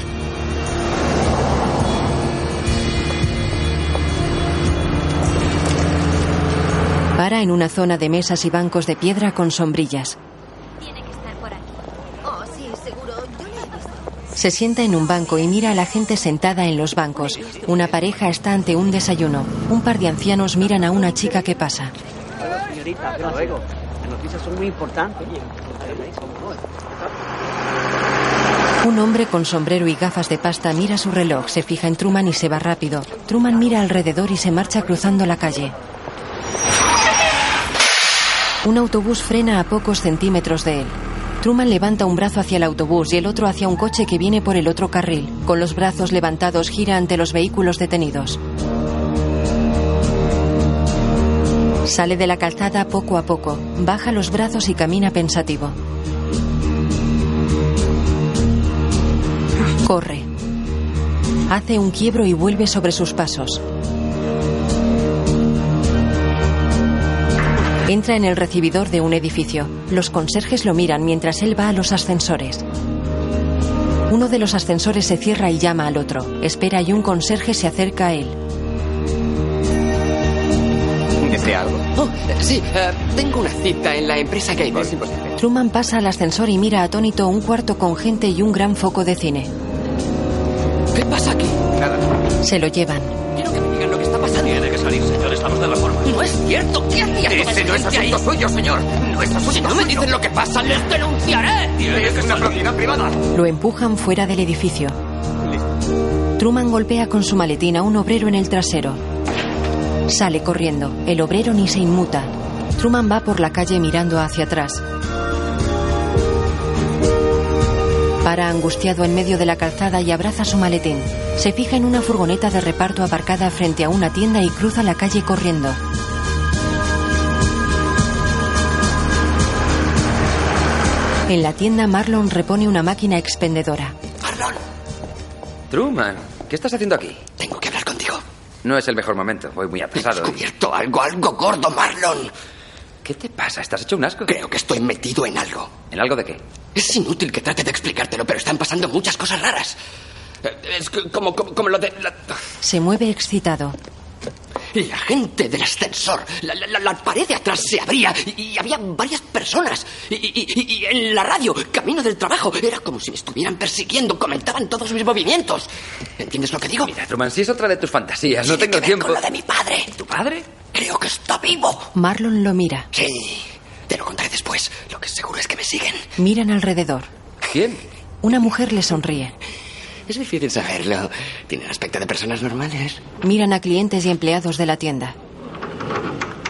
Para en una zona de mesas y bancos de piedra con sombrillas. Tiene que estar por aquí. Oh, sí, seguro. Yo lo he visto. Se sienta en un banco y mira a la gente sentada en los bancos. Una pareja está ante un desayuno. Un par de ancianos miran a una chica que pasa. Hola, señorita, hasta luego. Las noticias son muy importantes. Un hombre con sombrero y gafas de pasta mira su reloj, se fija en Truman y se va rápido. Truman mira alrededor y se marcha cruzando la calle. Un autobús frena a pocos centímetros de él. Truman levanta un brazo hacia el autobús y el otro hacia un coche que viene por el otro carril. Con los brazos levantados gira ante los vehículos detenidos. Sale de la calzada poco a poco. Baja los brazos y camina pensativo. Corre. Hace un quiebro y vuelve sobre sus pasos. Entra en el recibidor de un edificio. Los conserjes lo miran mientras él va a los ascensores. Uno de los ascensores se cierra y llama al otro. Espera y un conserje se acerca a él. ¿Desea algo? Oh, sí, uh, tengo una cita en la empresa Gable. Es imposible. Truman pasa al ascensor y mira atónito un cuarto con gente y un gran foco de cine. ¿Qué pasa aquí? Nada. Se lo llevan. Quiero que me digan lo que está pasando. Tiene que salir, señor. Estamos de reforma. No es cierto. ¿Qué hacía toda Ese esa no es gente asunto ahí? suyo, señor. No es asunto Si no me suyo. dicen lo que pasa, les denunciaré. Tiene que una propiedad privada. Lo empujan fuera del edificio. Truman golpea con su maletín a un obrero en el trasero. Sale corriendo. El obrero ni se inmuta. Truman va por la calle mirando hacia atrás. Para angustiado en medio de la calzada y abraza su maletín. Se fija en una furgoneta de reparto aparcada frente a una tienda y cruza la calle corriendo. En la tienda, Marlon repone una máquina expendedora. Marlon, Truman, ¿qué estás haciendo aquí? tengo que hablar contigo. No es el mejor momento, voy muy He atrasado. descubierto algo, algo gordo, Marlon. ¿Qué te pasa? ¿Estás hecho un asco? Creo que estoy metido en algo. ¿En algo de qué? Es inútil que trate de explicártelo, pero están pasando muchas cosas raras. Eh, Es que- como, como, como lo de... La, Se mueve excitado. la gente del ascensor. La, la- la- la pared de atrás se abría y, y había varias personas. Y, y- y- y en la radio, camino del trabajo, era como si me estuvieran persiguiendo. Comentaban todos mis movimientos. ¿Entiendes lo que digo? Mira, Truman, si es otra de tus fantasías, no Tiene tengo que ver tiempo. con lo de mi padre. ¿Tu padre? Creo que está vivo. Marlon lo mira. Sí, te lo contaré después. Lo que seguro es que me siguen. Miran alrededor. ¿Quién? Una mujer le sonríe. Es difícil saberlo. Tienen aspecto de personas normales. Miran a clientes y empleados de la tienda. ¿Cómo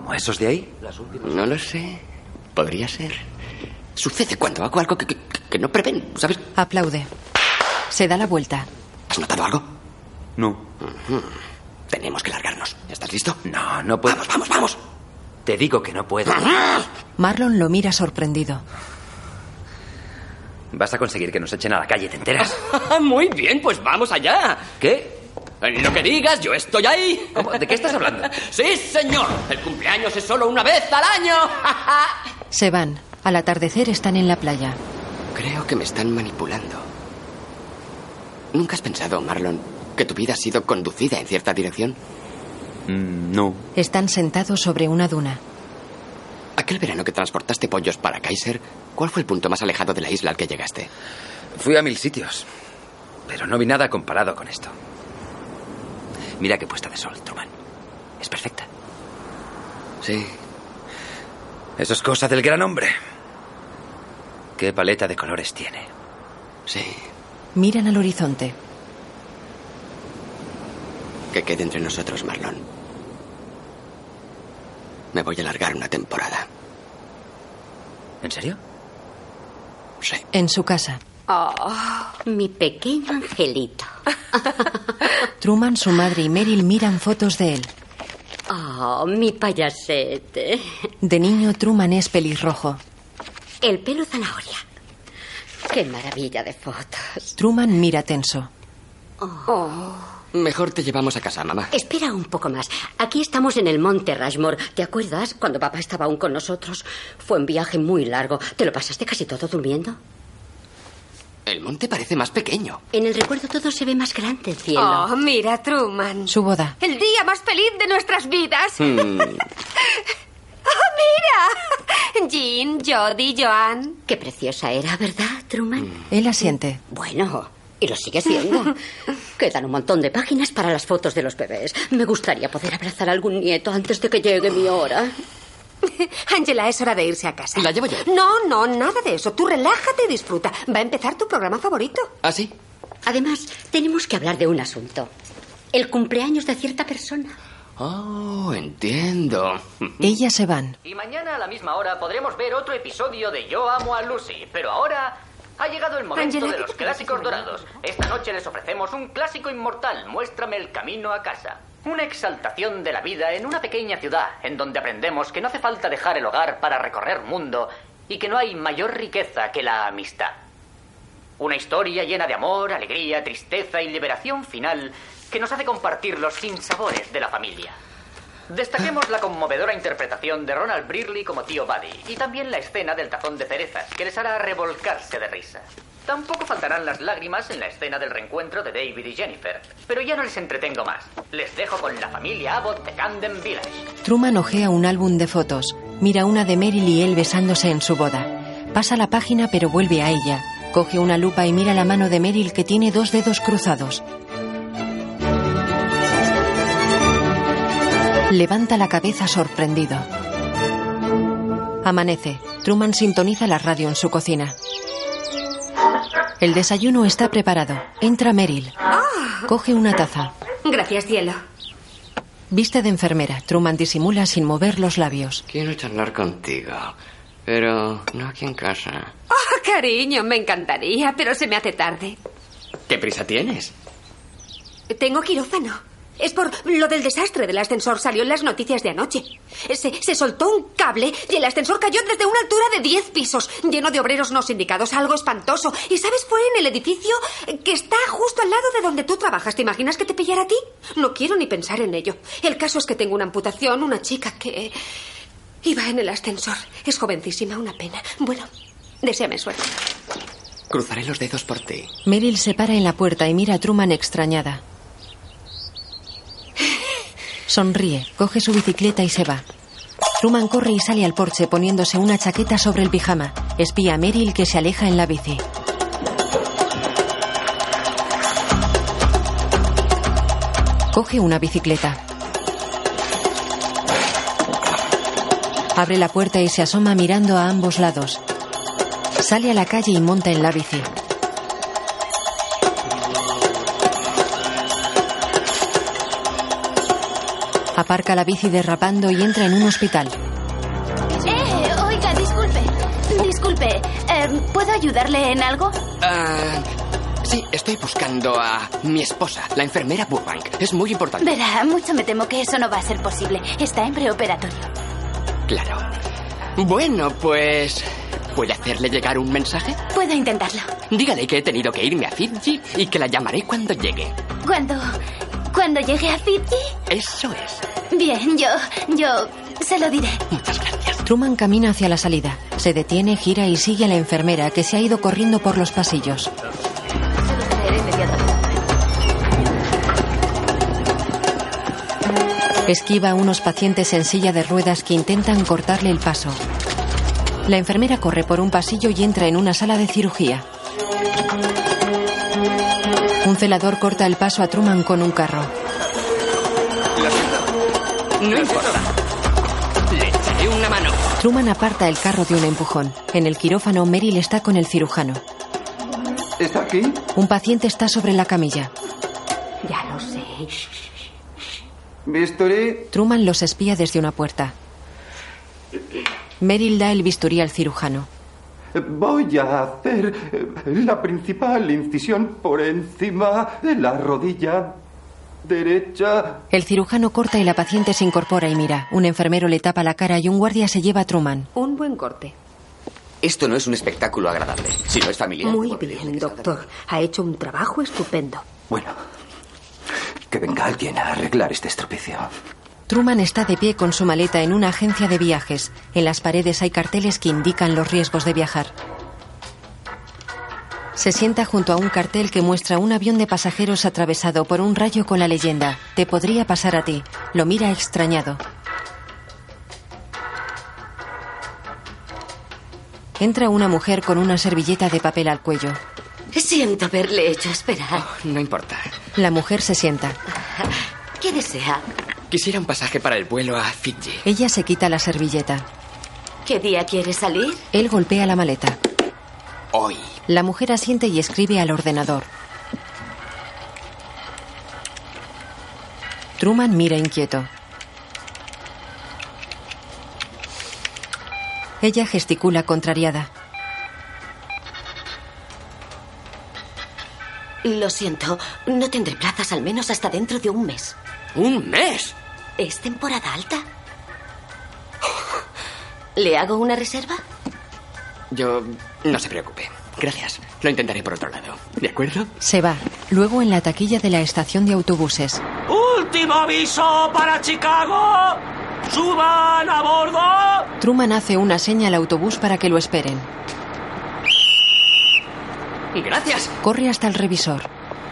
¿Como esos de ahí? No lo sé. Podría ser. Sucede cuando hago algo que, que, que no prevén, ¿sabes? Aplaude. Se da la vuelta. ¿Has notado algo? No. Uh-huh. Tenemos que largarnos. ¿Estás listo? No, no puedo. Vamos, vamos, vamos. Te digo que no puedo. Marlon lo mira sorprendido. Vas a conseguir que nos echen a la calle, ¿te enteras? Muy bien, pues vamos allá. ¿Qué? En lo que digas, yo estoy ahí. ¿Cómo? ¿De qué estás hablando? Sí, señor. El cumpleaños es solo una vez al año. Se van. Al atardecer están en la playa. Creo que me están manipulando. ¿Nunca has pensado, Marlon, que tu vida ha sido conducida en cierta dirección? Mm, no. Están sentados sobre una duna. Aquel verano que transportaste pollos para Kaiser, ¿cuál fue el punto más alejado de la isla al que llegaste? Fui a mil sitios, pero no vi nada comparado con esto. Mira qué puesta de sol, Truman. Es perfecta. Sí. Eso es cosa del gran hombre. Qué paleta de colores tiene. Sí. Miran al horizonte. Que quede entre nosotros, Marlon. Me voy a largar una temporada. ¿En serio? Sí. En su casa. Oh, mi pequeño angelito. Truman, su madre y Meryl miran fotos de él. Oh, mi payasete. De niño, Truman es pelirrojo. El pelo zanahoria. Qué maravilla de fotos. Truman mira tenso. Oh. Mejor te llevamos a casa, mamá. Espera un poco más. Aquí estamos en el monte Rushmore. ¿Te acuerdas cuando papá estaba aún con nosotros? Fue un viaje muy largo. ¿Te lo pasaste casi todo durmiendo? El monte parece más pequeño. En el recuerdo todo se ve más grande, cielo. Oh, mira, Truman. Su boda. El día más feliz de nuestras vidas. Mm. ¡Oh, mira! Jean, Jody, Joan. Qué preciosa era, ¿verdad, Truman? Mm. Él asiente. Bueno, y lo sigue siendo. Quedan un montón de páginas para las fotos de los bebés. Me gustaría poder abrazar a algún nieto antes de que llegue mi hora. Angela, es hora de irse a casa. ¿La llevo yo? No, no, nada de eso. Tú relájate y disfruta. Va a empezar tu programa favorito. ¿Ah, sí? Además, tenemos que hablar de un asunto. El cumpleaños de cierta persona. Oh, entiendo. Ellas se van. Y mañana a la misma hora podremos ver otro episodio de Yo amo a Lucy. Pero ahora ha llegado el momento Angela, de ¿qué los te parece clásicos ese dorados. Esta noche les ofrecemos un clásico inmortal. Muéstrame el camino a casa. Una exaltación de la vida en una pequeña ciudad, en donde aprendemos que no hace falta dejar el hogar para recorrer mundo y que no hay mayor riqueza que la amistad. Una historia llena de amor, alegría, tristeza y liberación final que nos hace compartir los sinsabores de la familia. Destaquemos la conmovedora interpretación de Ronald Brearley como tío Buddy y también la escena del tazón de cerezas, que les hará revolcarse de risa. Tampoco faltarán las lágrimas en la escena del reencuentro de David y Jennifer, pero ya no les entretengo más. Les dejo con la familia Abbott de Camden Village. Truman ojea un álbum de fotos. Mira una de Meryl y él besándose en su boda. Pasa la página pero vuelve a ella. Coge una lupa y mira la mano de Meryl que tiene dos dedos cruzados. Levanta la cabeza sorprendido. Amanece. Truman sintoniza la radio en su cocina. El desayuno está preparado. Entra Meryl. Oh. Coge una taza. Gracias, cielo. Viste de enfermera. Truman disimula sin mover los labios. Quiero charlar contigo, pero no aquí en casa. Oh, cariño, me encantaría, pero se me hace tarde. ¿Qué prisa tienes? Tengo quirófano. Es por lo del desastre del ascensor. Salió en las noticias de anoche. Se, se soltó un cable y el ascensor cayó desde una altura de diez pisos, lleno de obreros no sindicados. Algo espantoso. ¿Y sabes? Fue en el edificio que está justo al lado de donde tú trabajas. ¿Te imaginas que te pillara a ti? No quiero ni pensar en ello. El caso es que tengo una amputación, una chica que iba en el ascensor. Es jovencísima, una pena. Bueno, deséame suerte. Cruzaré los dedos por ti. Meryl se para en la puerta y mira a Truman extrañada. Sonríe, coge su bicicleta y se va. Truman corre y sale al porche poniéndose una chaqueta sobre el pijama. Espía a Meryl que se aleja en la bici. Coge una bicicleta. Abre la puerta y se asoma mirando a ambos lados. Sale a la calle y monta en la bici. Aparca la bici derrapando y entra en un hospital. Eh, oiga, disculpe. Disculpe, eh, ¿puedo ayudarle en algo? Uh, sí, estoy buscando a mi esposa, la enfermera Burbank. Es muy importante. Verá, mucho me temo que eso no va a ser posible. Está en preoperatorio. Claro. Bueno, pues... ¿puede hacerle llegar un mensaje? Puedo intentarlo. Dígale que he tenido que irme a Fiji y que la llamaré cuando llegue. ¿Cuándo? ¿Cuándo llegue a Fiji? Eso es. Bien, yo... yo... se lo diré. Muchas gracias. Truman camina hacia la salida. Se detiene, gira y sigue a la enfermera, que se ha ido corriendo por los pasillos. Esquiva a unos pacientes en silla de ruedas que intentan cortarle el paso. La enfermera corre por un pasillo y entra en una sala de cirugía. Un celador corta el paso a Truman con un carro. No importa. Le echaré una mano. Truman aparta el carro de un empujón. En el quirófano, Meryl está con el cirujano. ¿Está aquí? Un paciente está sobre la camilla. Ya lo sé. Bisturí. Truman los espía desde una puerta. Meryl da el bisturí al cirujano. Voy a hacer la principal incisión por encima de la rodilla derecha. El cirujano corta y la paciente se incorpora y mira. Un enfermero le tapa la cara y un guardia se lleva a Truman. Un buen corte. Esto no es un espectáculo agradable. Si no es familiar. Muy bien, doctor. Ha hecho un trabajo estupendo. Bueno, que venga alguien a arreglar este estropicio. Truman está de pie con su maleta en una agencia de viajes. En las paredes hay carteles que indican los riesgos de viajar. Se sienta junto a un cartel que muestra un avión de pasajeros atravesado por un rayo con la leyenda: "Te podría pasar a ti". Lo mira extrañado. Entra una mujer con una servilleta de papel al cuello. Siento haberle hecho esperar. Oh, no importa. La mujer se sienta. ¿Qué desea? Quisiera un pasaje para el vuelo a Fiji. Ella se quita la servilleta. ¿Qué día quiere salir? Él golpea la maleta. Hoy. La mujer asiente y escribe al ordenador. Truman mira inquieto. Ella gesticula contrariada. Lo siento, no tendré plazas al menos hasta dentro de un mes. ¿Un mes? ¿Es temporada alta? ¿Le hago una reserva? Yo... no se preocupe. Gracias. Lo intentaré por otro lado. ¿De acuerdo? Se va. Luego en la taquilla de la estación de autobuses. ¡Último aviso para Chicago! ¡Suban a bordo! Truman hace una seña al autobús para que lo esperen. Gracias. Corre hasta el revisor.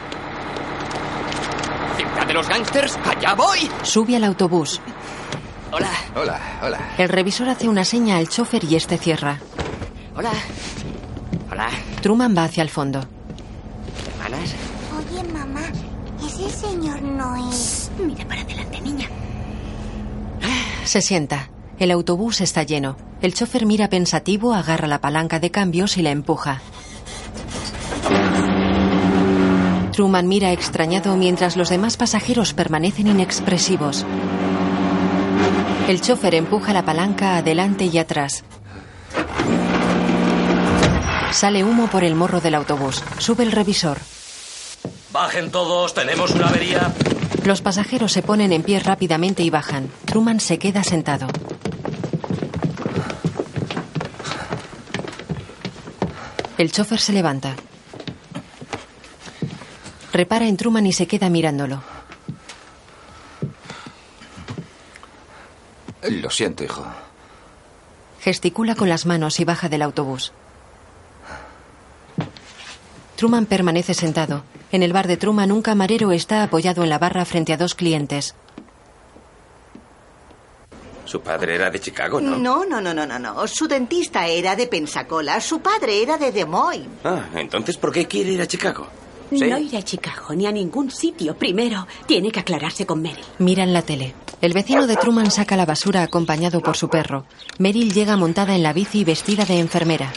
Ciudad de los gángsters, allá voy. Sube al autobús. Hola. Hola, hola. El revisor hace una seña al chofer y este cierra. Hola. Hola. Truman va hacia el fondo. ¿Hermanas? Oye, mamá, ese señor no es... Mira para adelante, niña. Se sienta. El autobús está lleno. El chofer mira pensativo, agarra la palanca de cambios y la empuja. Truman mira extrañado mientras los demás pasajeros permanecen inexpresivos. El chofer empuja la palanca adelante y atrás. Sale humo por el morro del autobús. Sube el revisor. Bajen todos, tenemos una avería. Los pasajeros se ponen en pie rápidamente y bajan. Truman se queda sentado. El chofer se levanta. Repara en Truman y se queda mirándolo. Lo siento, hijo. Gesticula con las manos y baja del autobús. Truman permanece sentado. En el bar de Truman, un camarero está apoyado en la barra frente a dos clientes. Su padre era de Chicago, ¿no? No, no, no, no, no, no. Su dentista era de Pensacola. Su padre era de Des Moines. Ah, entonces, ¿por qué quiere ir a Chicago? ¿Sí? No iré a Chicago ni a ningún sitio. Primero, tiene que aclararse con Meryl. Miran la tele. El vecino de Truman saca la basura acompañado por su perro. Meryl llega montada en la bici vestida de enfermera.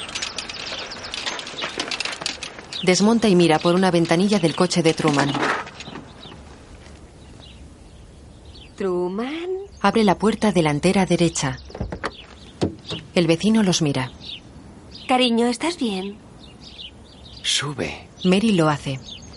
Desmonta y mira por una ventanilla del coche de Truman. Truman. Abre la puerta delantera derecha. El vecino los mira. Cariño, ¿estás bien? Sube. Mary lo hace.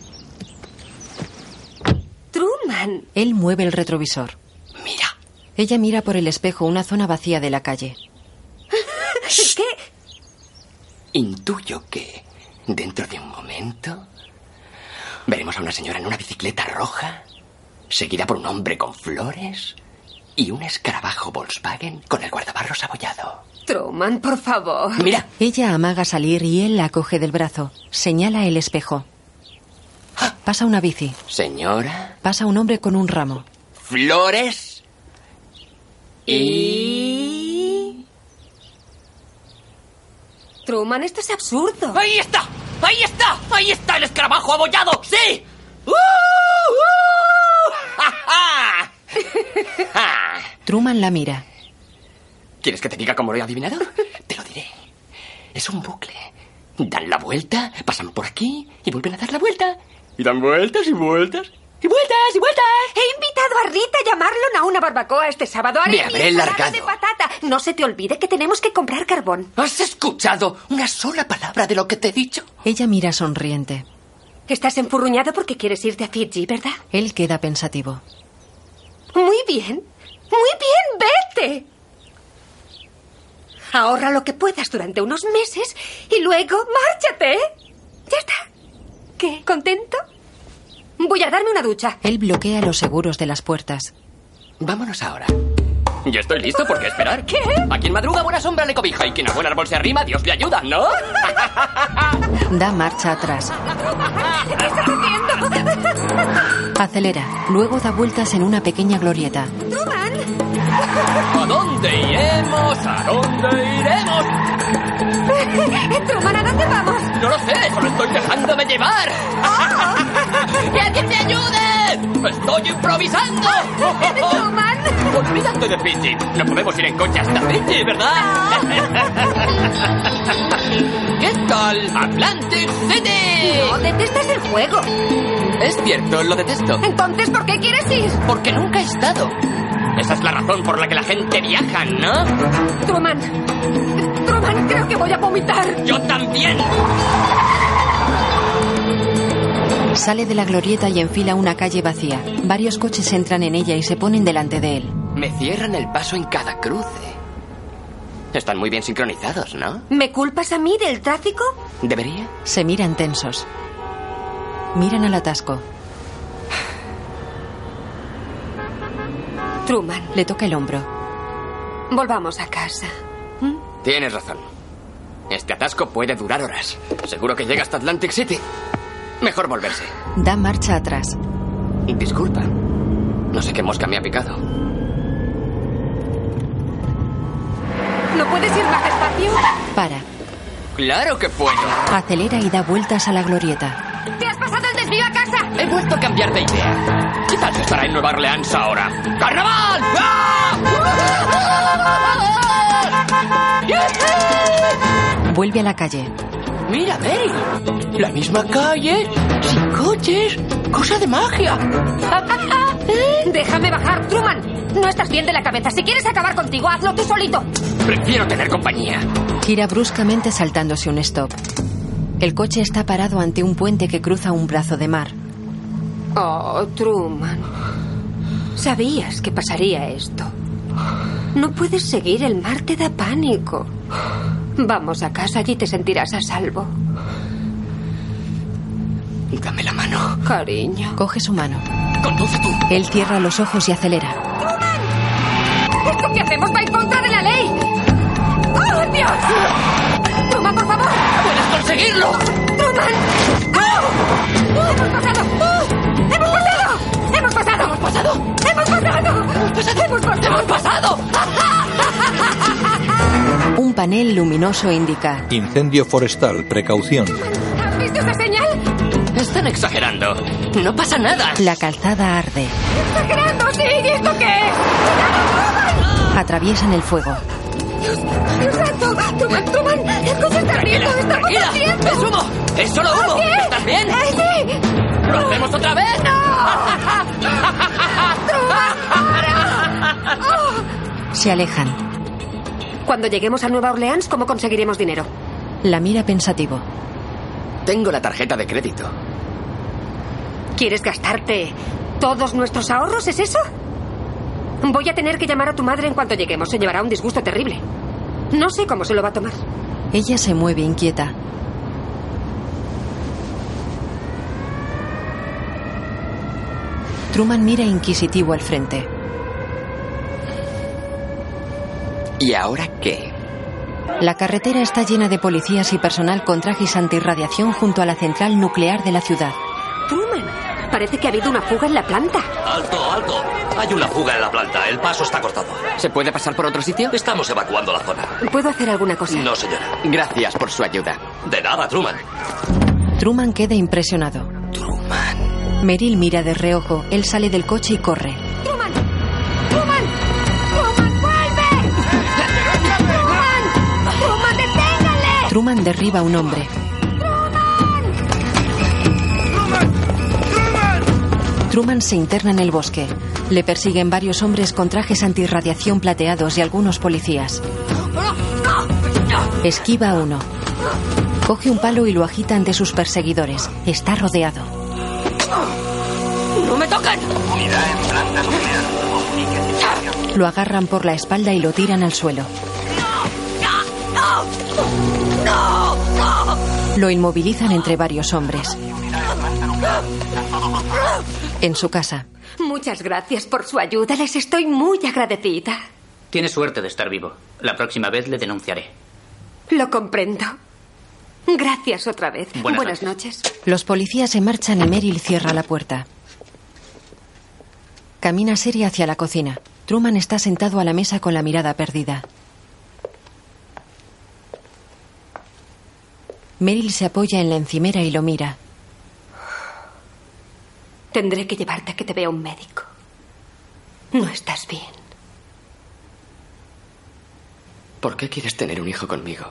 Truman. Él mueve el retrovisor. Mira. Ella mira por el espejo una zona vacía de la calle. ¿Qué? Intuyo que dentro de un momento veremos a una señora en una bicicleta roja, seguida por un hombre con flores y un escarabajo Volkswagen con el guardabarros abollado. Truman, por favor. Mira. Ella amaga salir y él la coge del brazo. Señala el espejo. Pasa una bici. Señora. Pasa un hombre con un ramo. Flores. Y... Truman, esto es absurdo. ¡Ahí está! ¡Ahí está! ¡Ahí está el escarabajo abollado! ¡Sí! ¡Uh! ¡Uh! ¡Ja, ja! Truman la mira. ¿Quieres que te diga cómo lo he adivinado? Te lo diré. Es un bucle. Dan la vuelta, pasan por aquí y vuelven a dar la vuelta. Y dan vueltas y vueltas. Y vueltas y vueltas. He invitado a Rita a llamarlo a una barbacoa este sábado. Me habré largado. De patata. No se te olvide que tenemos que comprar carbón. ¿Has escuchado una sola palabra de lo que te he dicho? Ella mira sonriente. Estás enfurruñado porque quieres irte a Fiji, ¿verdad? Él queda pensativo. Muy bien. Muy bien, vete. Ahorra lo que puedas durante unos meses y luego márchate. Ya está. ¿Qué? ¿Contento? Voy a darme una ducha. Él bloquea los seguros de las puertas. Vámonos ahora. Ya estoy listo, ¿por qué esperar? ¿Qué? A quien madruga buena sombra le cobija y quien a buen árbol se arrima, Dios le ayuda, ¿no? Da marcha atrás. ¿Qué estás haciendo? Acelera. Luego da vueltas en una pequeña glorieta. ¡Truman! ¿A dónde iremos? ¿A dónde iremos? Truman, ¿a dónde vamos? No lo sé, solo estoy dejándome llevar. Oh. ¡Que alguien me ayude! ¡Estoy improvisando! ¡Truman! Olvídate de Fiji. No podemos ir en coche hasta Fiji, ¿verdad? ¿Qué tal Atlantic City? No, detestas el juego. Es cierto, lo detesto. Entonces, ¿por qué quieres ir? Porque nunca he estado. Esa es la razón por la que la gente viaja, ¿no? Truman. Truman, creo que voy a vomitar. ¡Yo también! Sale de la glorieta y enfila una calle vacía. Varios coches entran en ella y se ponen delante de él. Me cierran el paso en cada cruce. Están muy bien sincronizados, ¿no? ¿Me culpas a mí del tráfico? ¿Debería? Se miran tensos. Miran al atasco. Truman. Le toca el hombro. Volvamos a casa. ¿Mm? Tienes razón. Este atasco puede durar horas. Seguro que llega hasta Atlantic City. Mejor volverse. Da marcha atrás. Disculpa. No sé qué mosca me ha picado. ¿No puedes ir más despacio? Para. ¡Claro que puedo! Acelera y da vueltas a la glorieta. ¡Te has pasado el desvío a casa! He vuelto a cambiar de idea. ¿Qué tal si estará en Nueva Orleans ahora? ¡Carnaval! Vuelve a la calle. Mira, Mary. La misma calle, sin coches. Cosa de magia. Déjame bajar, Truman. No estás bien de la cabeza. Si quieres acabar contigo, hazlo tú solito. Prefiero tener compañía. Gira bruscamente saltándose un stop. El coche está parado ante un puente que cruza un brazo de mar. Oh, Truman. Sabías que pasaría esto. No puedes seguir, el mar te da pánico. Vamos a casa, allí te sentirás a salvo. Dame la mano. Cariño. Coge su mano. Conduce tú. Él cierra los ojos y acelera. ¡Truman! ¿Esto que hacemos va en contra de la ley? ¡Oh, Dios! ¡Truman, por favor! ¡Puedes conseguirlo! ¡Truman! ¡Oh! ¡Oh! ¡Hemos pasado! ¡Oh! ¡Hemos pasado! ¡Hemos pasado! ¿Hemos pasado? ¡Hemos pasado! ¡Hemos pasado! ¡Hemos pasado! ¡Hemos pasado! Un panel luminoso indica: incendio forestal, precaución. ¿Has visto esa señal? Están exagerando. No pasa nada. La calzada arde. ¡Exagerando! ¡Sí! ¿Y esto qué es? Atraviesan el fuego. ¡Dios! ¡Dios santo! ¡Truman, Truman! ¡El coche está ardiendo! ¡Estamos tranquila. ardiendo! ¡Es humo! ¡Es solo humo! ¿Qué? ¿Estás bien? ¡Eh, sí! ¿Lo hacemos otra vez? ¡No! ¡Truman, para! Se alejan. Cuando lleguemos a Nueva Orleans, ¿cómo conseguiremos dinero? La mira pensativo. Tengo la tarjeta de crédito. ¿Quieres gastarte todos nuestros ahorros? ¿Es eso? Voy a tener que llamar a tu madre en cuanto lleguemos. Se llevará un disgusto terrible. No sé cómo se lo va a tomar. Ella se mueve inquieta. Truman mira inquisitivo al frente. ¿Y ahora qué? La carretera está llena de policías y personal con trajes antirradiación junto a la central nuclear de la ciudad. Truman, parece que ha habido una fuga en la planta. ¡Alto, alto! Hay una fuga en la planta. El paso está cortado. ¿Se puede pasar por otro sitio? Estamos evacuando la zona. ¿Puedo hacer alguna cosa? No, señora. Gracias por su ayuda. De nada, Truman. Truman queda impresionado. Truman. Meryl mira de reojo. Él sale del coche y corre. ¡Truman! ¡Truman! ¡Truman, vuelve! ¡Truman! ¡Truman, deténgale! Truman derriba a un hombre. Truman se interna en el bosque. Le persiguen varios hombres con trajes antirradiación plateados y algunos policías. Esquiva a uno. Coge un palo y lo agita ante sus perseguidores. Está rodeado. ¡No me tocan! Unidad en planta nuclear. Lo agarran por la espalda y lo tiran al suelo. ¡No! ¡No! ¡No! Lo inmovilizan entre varios hombres. En su casa. Muchas gracias por su ayuda. Les estoy muy agradecida. Tiene suerte de estar vivo. La próxima vez le denunciaré. Lo comprendo. Gracias otra vez. Buenas, Buenas noches. noches. Los policías se marchan y Meryl cierra la puerta. Camina seria hacia la cocina. Truman está sentado a la mesa con la mirada perdida. Meryl se apoya en la encimera y lo mira. Tendré que llevarte a que te vea un médico. No estás bien. ¿Por qué quieres tener un hijo conmigo?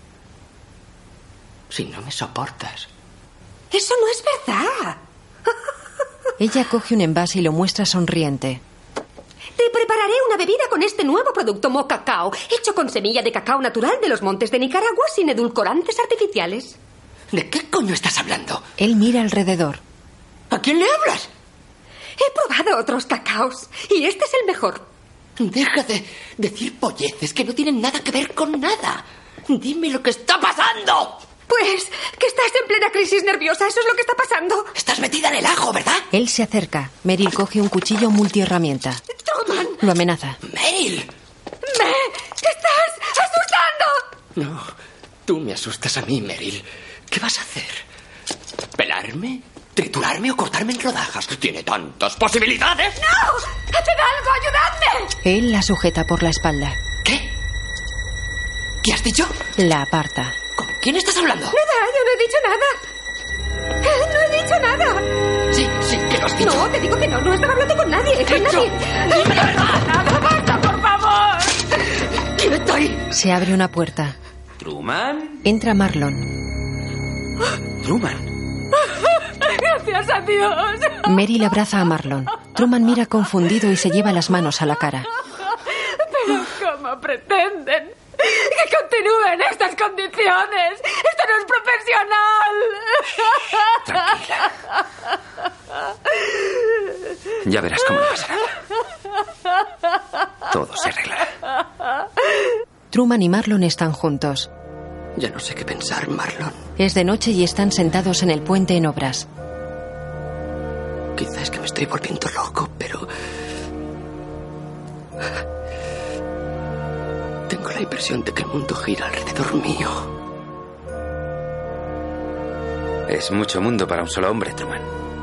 Si no me soportas. Eso no es verdad. Ella coge un envase y lo muestra sonriente. Te prepararé una bebida con este nuevo producto Mo-Cacao, hecho con semilla de cacao natural de los montes de Nicaragua sin edulcorantes artificiales. ¿De qué coño estás hablando? Él mira alrededor. ¿A quién le hablas? He probado otros cacaos y este es el mejor. Deja de decir polleces que no tienen nada que ver con nada. Dime lo que está pasando. Pues que estás en plena crisis nerviosa, eso es lo que está pasando. Estás metida en el ajo, ¿verdad? Él se acerca. Meryl coge un cuchillo multiherramienta. Truman. Lo amenaza. Meryl. ¡Me estás asustando! No, tú me asustas a mí, Meryl. ¿Qué vas a hacer? ¿Pelarme? ¿Triturarme o cortarme en rodajas? Tiene tantas posibilidades. ¡No! ¡Haced algo! ¡Ayudadme! Él la sujeta por la espalda. ¿Qué? ¿Qué has dicho? La aparta. ¿Con quién estás hablando? Nada, yo no he dicho nada. No he dicho nada. Sí, sí, que lo has dicho. No, te digo que no, no estaba hablando con nadie. Con nadie. ¡Dime la verdad! ¡Nada, basta, por favor! ¡Quieto ahí! Se abre una puerta. ¿Truman? Entra Marlon. ¿Truman? Gracias a Dios. Meryl abraza a Marlon. Truman mira confundido y se lleva las manos a la cara. Pero ¿cómo pretenden que continúe en estas condiciones? ¡Esto no es profesional! Tranquila. Ya verás cómo no pasa nada. Todo se arreglará. Truman y Marlon están juntos. Ya no sé qué pensar, Marlon. Es de noche y están sentados en el puente en obras. Quizás es que me estoy volviendo loco, pero... Tengo la impresión de que el mundo gira alrededor mío. Es mucho mundo para un solo hombre, Truman.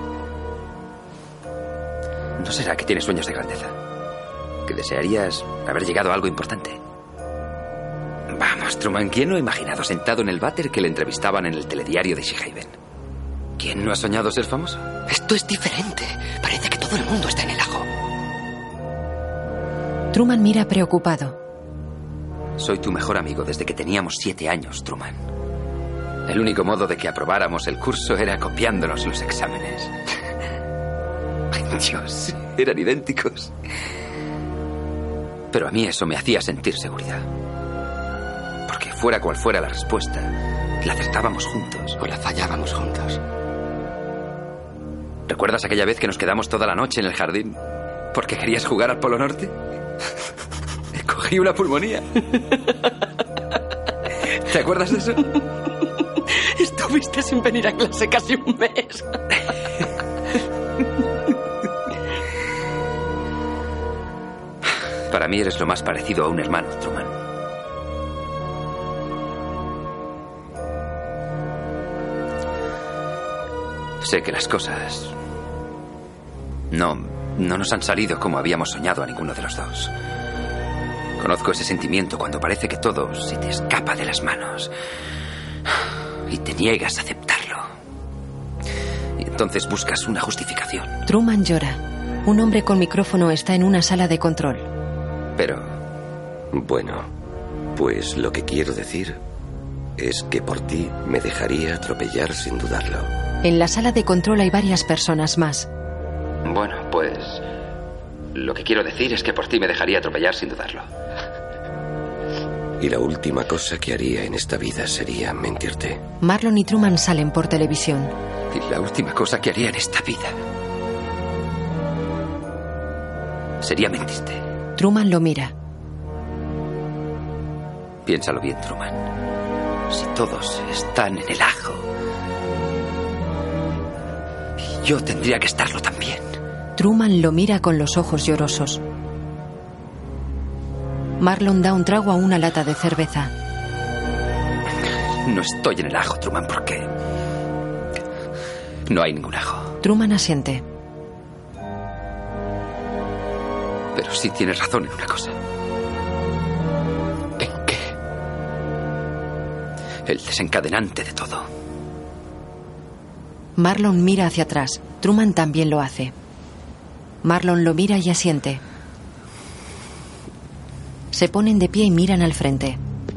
¿No será que tienes sueños de grandeza? ¿Que desearías haber llegado a algo importante? Vamos, Truman, ¿quién no ha imaginado sentado en el váter que le entrevistaban en el telediario de Sheehaven? ¿Quién no ha soñado ser famoso? Esto es diferente. Parece que todo el mundo está en el ajo. Truman mira preocupado. Soy tu mejor amigo desde que teníamos siete años, Truman. El único modo de que aprobáramos el curso era copiándonos los exámenes. Ay, Dios, eran idénticos. Pero a mí eso me hacía sentir seguridad. Porque fuera cual fuera la respuesta, la acertábamos juntos. O la fallábamos juntos. ¿Recuerdas aquella vez que nos quedamos toda la noche en el jardín porque querías jugar al Polo Norte? Cogí una pulmonía. ¿Te acuerdas de eso? Estuviste sin venir a clase casi un mes. Para mí eres lo más parecido a un hermano, Truman. Sé que las cosas no, no nos han salido como habíamos soñado a ninguno de los dos. Conozco ese sentimiento cuando parece que todo se te escapa de las manos y te niegas a aceptarlo. Y entonces buscas una justificación. Truman llora. Un hombre con micrófono está en una sala de control. Pero... Bueno, pues lo que quiero decir es que por ti me dejaría atropellar sin dudarlo. En la sala de control hay varias personas más. Bueno, pues... Lo que quiero decir es que por ti me dejaría atropellar sin dudarlo. Y la última cosa que haría en esta vida sería mentirte. Marlon y Truman salen por televisión. Y la última cosa que haría en esta vida sería mentirte. Truman lo mira. Piénsalo bien, Truman. Si todos están en el ajo, yo tendría que estarlo también. Truman lo mira con los ojos llorosos. Marlon da un trago a una lata de cerveza. No estoy en el ajo, Truman, porque no hay ningún ajo. Truman asiente. Pero sí tienes razón en una cosa. ¿En qué? El desencadenante de todo. Marlon mira hacia atrás. Truman también lo hace. Marlon lo mira y asiente. Se ponen de pie y miran al frente.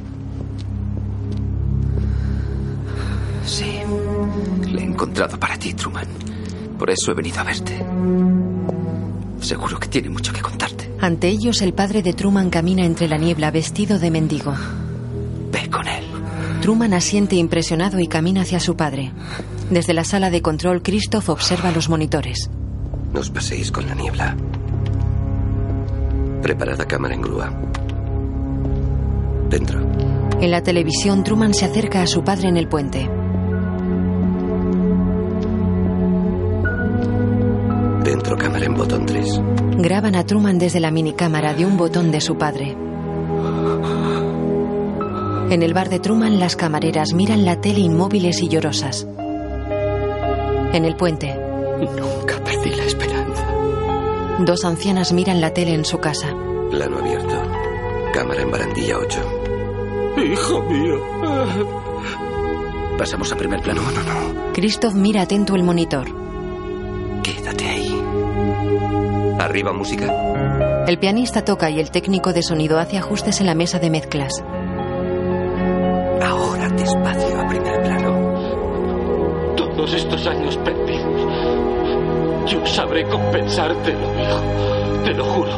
Sí, le he encontrado para ti, Truman. Por eso he venido a verte. Seguro que tiene mucho que contarte. Ante ellos, el padre de Truman camina entre la niebla vestido de mendigo. Ve con él. Truman asiente impresionado y camina hacia su padre. Desde la sala de control, Christoph observa los monitores. No os paséis con la niebla. Preparad la cámara en grúa. Dentro. En la televisión, Truman se acerca a su padre en el puente. Dentro, cámara en botón tres. Graban a Truman desde la minicámara de un botón de su padre. En el bar de Truman, las camareras miran la tele inmóviles y llorosas. En el puente. Nunca perdí la esperanza. Dos ancianas miran la tele en su casa. Plano abierto. Cámara en barandilla ocho. Hijo mío. ¿Pasamos a primer plano? No, no, no. Christoph mira atento el monitor. Quédate ahí. Arriba música. El pianista toca y el técnico de sonido hace ajustes en la mesa de mezclas. Ahora despacio a primer plano. Todos estos años perdidos, yo sabré compensártelo, hijo. Te lo juro.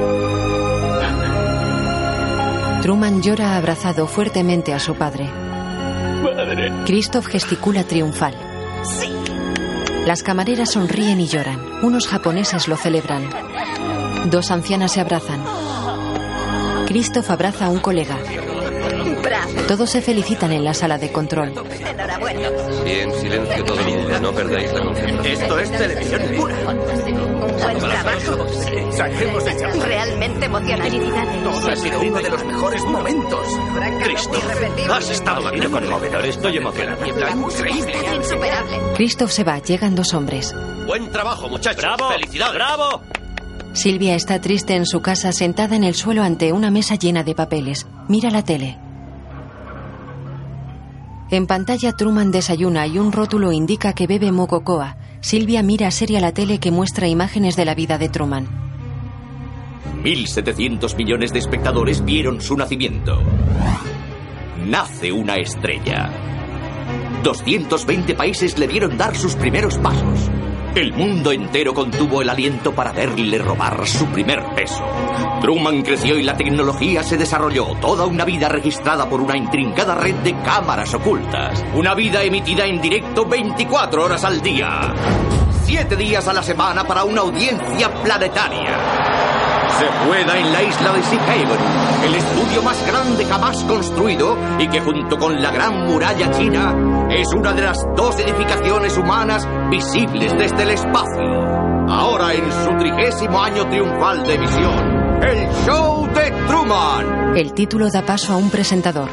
Truman llora abrazado fuertemente a su padre. Madre. Christoph gesticula triunfal. Sí. Las camareras sonríen y lloran. Unos japoneses lo celebran. Dos ancianas se abrazan. Christoph abraza a un colega. Bravo. Todos se felicitan en la sala de control. Enhorabuena. Bien, silencio todo el mundo. No perdáis la concentración. Esto es televisión pura. Buen trabajo. Saquemos de chapa. Realmente emocionante. Todo ha sido uno de los mejores momentos. Cristo, Has estado aquí conmovedor. Estoy emocionado. Increíble. Estás insuperable. Christoph se va. Llegan dos hombres. Buen trabajo, muchachos. ¡Bravo! ¡Felicidades! ¡Bravo! Silvia está triste en su casa, sentada en el suelo ante una mesa llena de papeles. Mira la tele. En pantalla, Truman desayuna y un rótulo indica que bebe mococoa. Silvia mira seria la tele que muestra imágenes de la vida de Truman. mil setecientos millones de espectadores vieron su nacimiento. Nace una estrella. doscientos veinte países le vieron dar sus primeros pasos. El mundo entero contuvo el aliento para verle robar su primer beso. Truman creció y la tecnología se desarrolló. Toda una vida registrada por una intrincada red de cámaras ocultas. Una vida emitida en directo veinticuatro horas al día. Siete días a la semana para una audiencia planetaria. Se rueda en la isla de Sea Haven, el estudio más grande jamás construido y que junto con la Gran Muralla China es una de las dos edificaciones humanas visibles desde el espacio. Ahora en su trigésimo año triunfal de emisión, el Show de Truman. El título da paso a un presentador.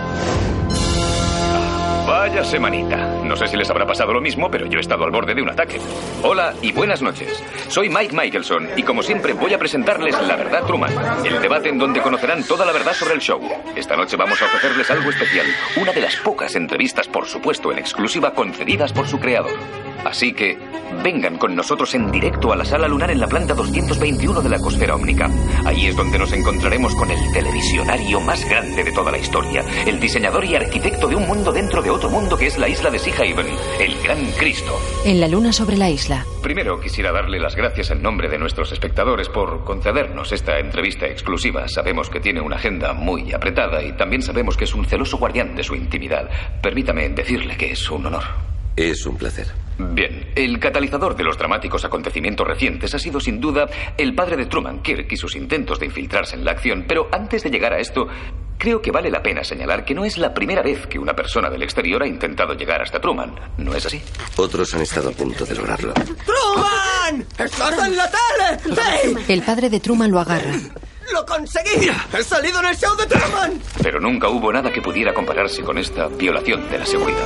Vaya semanita. No sé si les habrá pasado lo mismo, pero yo he estado al borde de un ataque. Hola y buenas noches. Soy Mike Michelson y como siempre voy a presentarles La Verdad Truman, el debate en donde conocerán toda la verdad sobre el show. Esta noche vamos a ofrecerles algo especial, una de las pocas entrevistas, por supuesto, en exclusiva concedidas por su creador. Así que vengan con nosotros en directo a la sala lunar en la planta doscientos veintiuno de la Cosfera Omnicam. Ahí es donde nos encontraremos con el televisionario más grande de toda la historia, el diseñador y arquitecto de un mundo dentro de otro mundo que es la isla de Sea Haven, el Gran Christoph. En la luna sobre la isla. Primero quisiera darle las gracias en nombre de nuestros espectadores por concedernos esta entrevista exclusiva. Sabemos que tiene una agenda muy apretada y también sabemos que es un celoso guardián de su intimidad. Permítame decirle que es un honor. Es un placer. Bien, el catalizador de los dramáticos acontecimientos recientes ha sido sin duda el padre de Truman, Kirk, y sus intentos de infiltrarse en la acción. Pero antes de llegar a esto, creo que vale la pena señalar que no es la primera vez que una persona del exterior ha intentado llegar hasta Truman. ¿No es así? Otros han estado a punto de lograrlo. ¡Truman! ¡Estás en la tele! ¡Sí! El padre de Truman lo agarra. ¡Lo conseguí! ¡He salido en el show de Truman! Pero nunca hubo nada que pudiera compararse con esta violación de la seguridad.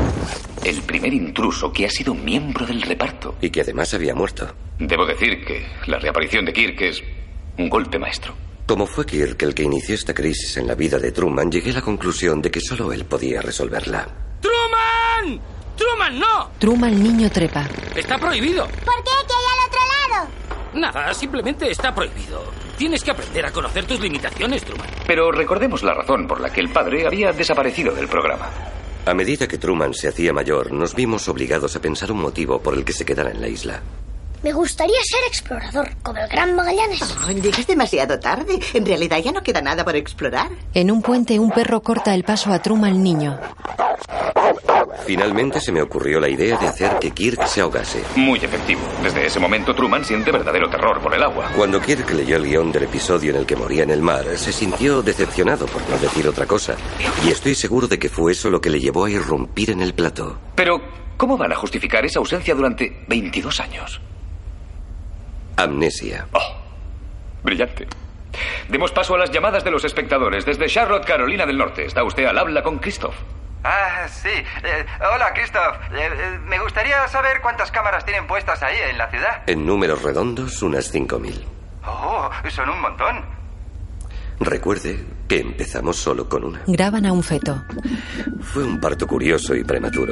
El primer intruso que ha sido miembro del reparto. Y que además había muerto. Debo decir que la reaparición de Kirk es un golpe maestro. Como fue Kirk el que inició esta crisis en la vida de Truman, llegué a la conclusión de que solo él podía resolverla. ¡Truman! ¡Truman, no! Truman niño trepa. Está prohibido. ¿Por qué? ¿Qué hay al otro lado? Nada, simplemente está prohibido. Tienes que aprender a conocer tus limitaciones, Truman. Pero recordemos la razón por la que el padre había desaparecido del programa. A medida que Truman se hacía mayor, nos vimos obligados a pensar un motivo por el que se quedara en la isla. Me gustaría ser explorador, como el Gran Magallanes. Oh, llegas demasiado tarde. En realidad ya no queda nada por explorar. En un puente, un perro corta el paso a Truman niño. Finalmente se me ocurrió la idea de hacer que Kirk se ahogase. Muy efectivo. Desde ese momento Truman siente verdadero terror por el agua. Cuando Kirk leyó el guión del episodio en el que moría en el mar, se sintió decepcionado, por no decir otra cosa. Y estoy seguro de que fue eso lo que le llevó a irrumpir en el plató. Pero, ¿cómo van a justificar esa ausencia durante veintidós años? Amnesia. Oh, brillante. Demos paso a las llamadas de los espectadores. Desde Charlotte, Carolina del Norte. Está usted al habla con Christoph. Ah, sí. Eh, hola, Christoph. Eh, eh, me gustaría saber cuántas cámaras tienen puestas ahí en la ciudad. En números redondos, unas cinco mil. Oh, son un montón. Recuerde que empezamos solo con una. Graban a un feto. Fue un parto curioso y prematuro.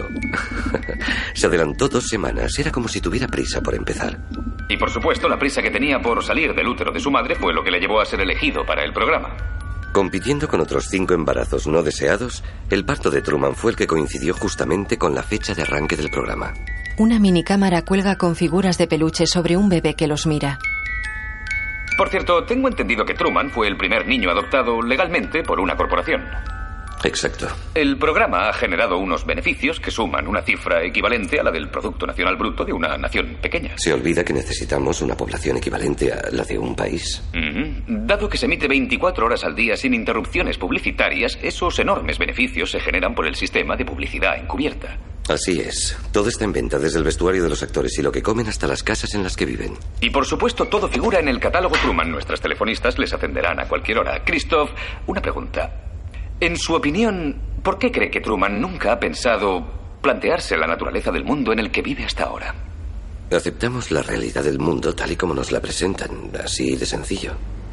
Se adelantó dos semanas. Era como si tuviera prisa por empezar. Y por supuesto, la prisa que tenía por salir del útero de su madre fue lo que le llevó a ser elegido para el programa. Compitiendo con otros cinco embarazos no deseados, el parto de Truman fue el que coincidió justamente con la fecha de arranque del programa. Una minicámara cuelga con figuras de peluche sobre un bebé que los mira. Por cierto, tengo entendido que Truman fue el primer niño adoptado legalmente por una corporación. Exacto. El programa ha generado unos beneficios que suman una cifra equivalente a la del Producto Nacional Bruto de una nación pequeña. Se olvida que necesitamos una población equivalente a la de un país. Mm-hmm. Dado que se emite veinticuatro horas al día sin interrupciones publicitarias, esos enormes beneficios se generan por el sistema de publicidad encubierta. Así es. Todo está en venta, desde el vestuario de los actores y lo que comen hasta las casas en las que viven. Y por supuesto, todo figura en el catálogo Truman. Nuestras telefonistas les atenderán a cualquier hora. Christoph, una pregunta. En su opinión, ¿por qué cree que Truman nunca ha pensado plantearse la naturaleza del mundo en el que vive hasta ahora? Aceptamos la realidad del mundo tal y como nos la presentan, así de sencillo.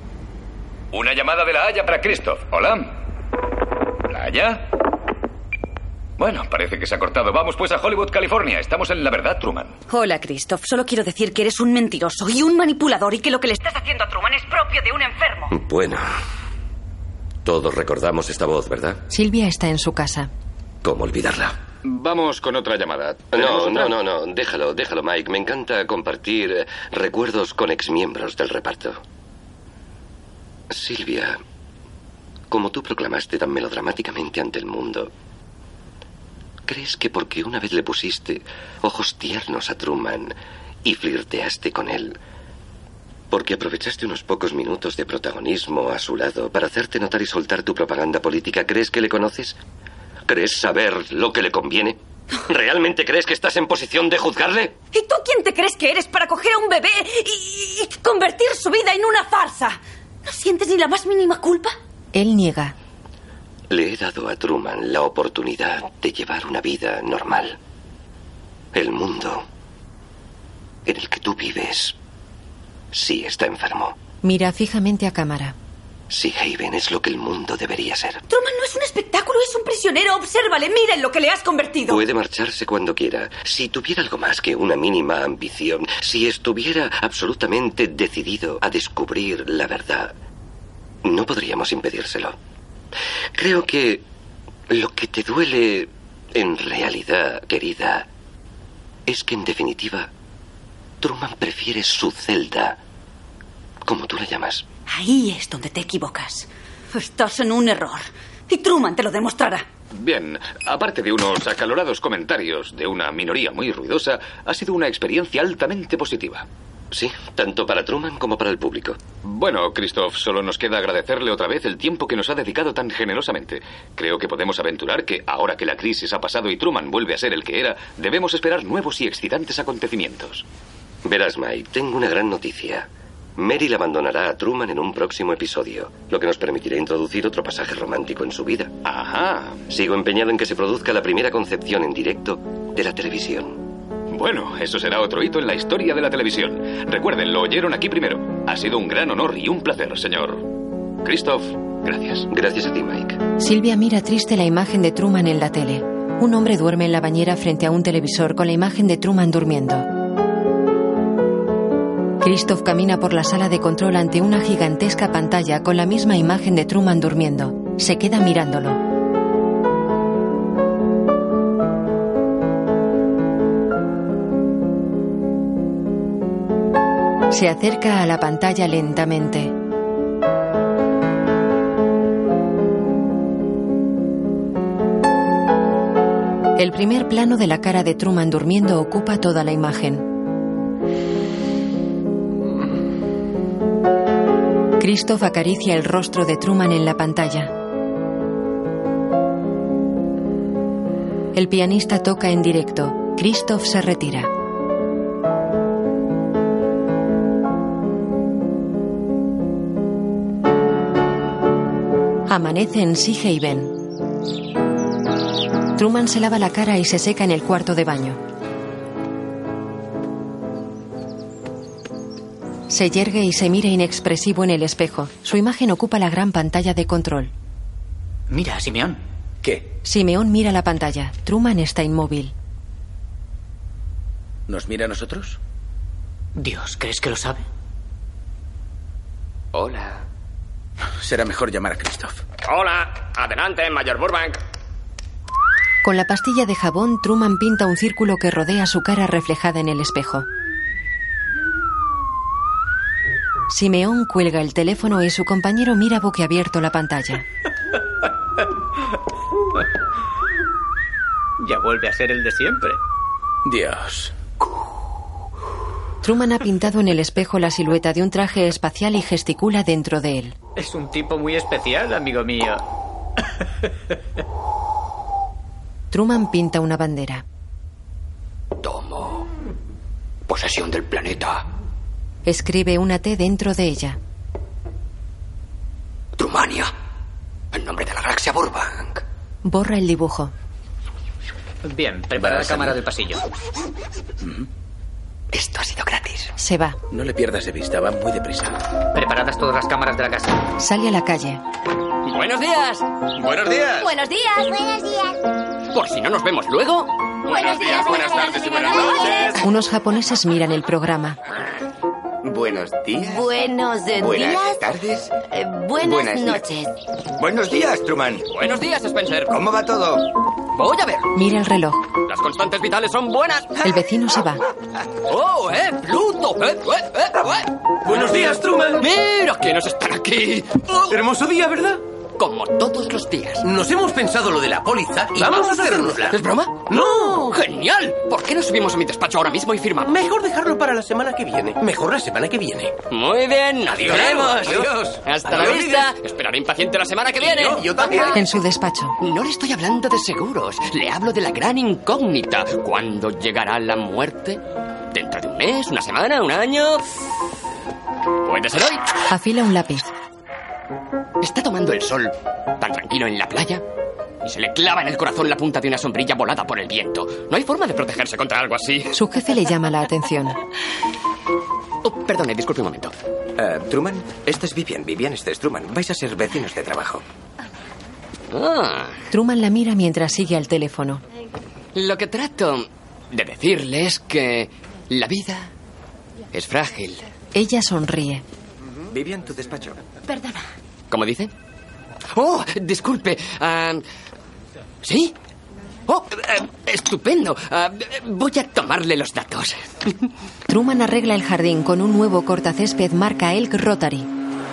Una llamada de La Haya para Christoph. Hola. ¿La Haya? Bueno, parece que se ha cortado. Vamos pues a Hollywood, California. Estamos en La Verdad, Truman. Hola, Christoph. Solo quiero decir que eres un mentiroso y un manipulador y que lo que le estás haciendo a Truman es propio de un enfermo. Bueno, todos recordamos esta voz, ¿verdad? Silvia está en su casa. ¿Cómo olvidarla? Vamos con otra llamada. No, no, no, no. Déjalo, déjalo, Mike. Me encanta compartir eh, recuerdos con exmiembros del reparto. Silvia, como tú proclamaste tan melodramáticamente ante el mundo, ¿crees que porque una vez le pusiste ojos tiernos a Truman y flirteaste con él, porque aprovechaste unos pocos minutos de protagonismo a su lado para hacerte notar y soltar tu propaganda política, crees que le conoces? ¿Crees saber lo que le conviene? ¿Realmente crees que estás en posición de juzgarle? ¿Y tú quién te crees que eres para coger a un bebé y, y convertir su vida en una farsa? ¿No sientes ni la más mínima culpa? Él niega. Le he dado a Truman la oportunidad de llevar una vida normal. El mundo en el que tú vives sí está enfermo. Mira fijamente a cámara. Seahaven es lo que el mundo debería ser. Truman no es un espectáculo, es un prisionero. Obsérvale, mira en lo que le has convertido. Puede marcharse cuando quiera. Si tuviera algo más que una mínima ambición, si estuviera absolutamente decidido a descubrir la verdad, no podríamos impedírselo. Creo que lo que te duele en realidad, querida, es que en definitiva Truman prefiere su celda, como tú la llamas. Ahí es donde te equivocas. Estás en un error. Y Truman te lo demostrará. Bien, aparte de unos acalorados comentarios de una minoría muy ruidosa, ha sido una experiencia altamente positiva. Sí, tanto para Truman como para el público. Bueno, Christoph, solo nos queda agradecerle otra vez el tiempo que nos ha dedicado tan generosamente. Creo que podemos aventurar que, ahora que la crisis ha pasado y Truman vuelve a ser el que era, debemos esperar nuevos y excitantes acontecimientos. Verás, Mike, tengo una gran noticia. Meryl abandonará a Truman en un próximo episodio, lo que nos permitirá introducir otro pasaje romántico en su vida. Ajá. Sigo empeñado en que se produzca la primera concepción en directo de la televisión. Bueno, eso será otro hito en la historia de la televisión. Recuerden, lo oyeron aquí primero. Ha sido un gran honor y un placer, señor Christoph. Gracias. Gracias a ti, Mike. Silvia mira triste la imagen de Truman en la tele. Un hombre duerme en la bañera frente a un televisor con la imagen de Truman durmiendo. Christoph camina por la sala de control ante una gigantesca pantalla con la misma imagen de Truman durmiendo. Se queda mirándolo. Se acerca a la pantalla lentamente. El primer plano de la cara de Truman durmiendo ocupa toda la imagen. Christoph acaricia el rostro de Truman en la pantalla. El pianista toca en directo. Christoph se retira. Amanece en Seahaven. Truman se lava la cara y se seca en el cuarto de baño. Se yergue y se mira inexpresivo en el espejo. Su imagen ocupa la gran pantalla de control. Mira, Simeón. ¿Qué? Simeón mira la pantalla. Truman está inmóvil. ¿Nos mira a nosotros? Dios, ¿crees que lo sabe? Hola. Será mejor llamar a Christoph. Hola, adelante, Mayor Burbank. Con la pastilla de jabón, Truman pinta un círculo que rodea su cara reflejada en el espejo. Simeón cuelga el teléfono y su compañero mira boquiabierto la pantalla. Ya vuelve a ser el de siempre. Dios. Truman ha pintado en el espejo la silueta de un traje espacial y gesticula dentro de él. Es un tipo muy especial, amigo mío. Truman pinta una bandera. Tomo posesión del planeta. Escribe una T dentro de ella. Trumania. En nombre de la galaxia Burbank. Borra el dibujo. Bien, prepara la cámara del pasillo. Esto ha sido gratis. Se va. No le pierdas de vista, va muy deprisa. Preparadas todas las cámaras de la casa. Sale a la calle. Buenos días. Buenos días. Buenos días. Buenos días. Por si no nos vemos luego. Buenos días, buenas tardes y buenas noches. Unos japoneses miran el programa. Buenos días. Buenos días. Buenas tardes. Eh, buenas, Buenas noches. Buenos días, Truman. Buenos días, Spencer. ¿Cómo va todo? Voy a ver. Mira el reloj. Las constantes vitales son buenas. El vecino se va. ¡Oh, eh, Pluto! Eh, eh, eh, eh. Buenos días, Truman. ¡Mira quiénes están aquí! Oh. Hermoso día, ¿verdad? Como todos los días. Nos hemos pensado lo de la póliza y ¿Vamos, vamos a hacérnosla. ¿Es broma? ¡No! ¡Genial! ¿Por qué no subimos a mi despacho ahora mismo y firmamos? Mejor dejarlo para la semana que viene. Mejor la semana que viene. Muy bien, nos Adiós. veremos. Adiós. Hasta Adiós. la vista. Esperaré impaciente la semana que viene. Yo, yo también. En su despacho. No le estoy hablando de seguros. Le hablo de la gran incógnita. ¿Cuándo llegará la muerte? ¿Dentro de un mes? ¿Una semana? ¿Un año? ¿Puede ser hoy? Afila un lápiz. Está tomando el sol tan tranquilo en la playa y se le clava en el corazón la punta de una sombrilla volada por el viento. No hay forma de protegerse contra algo así. Su jefe le llama la atención. Oh, perdone, disculpe un momento. Uh, Truman, esta es Vivian. Vivian, este es Truman. Vais a ser vecinos de trabajo. Ah. Truman la mira mientras sigue al teléfono. Lo que trato de decirle es que la vida es frágil. Ella sonríe. Vivian, tu despacho. Perdona. ¿Cómo dice? Oh, disculpe. Uh, ¿Sí? Oh, uh, estupendo. Uh, voy a tomarle los datos. Truman arregla el jardín con un nuevo cortacésped marca Elk Rotary.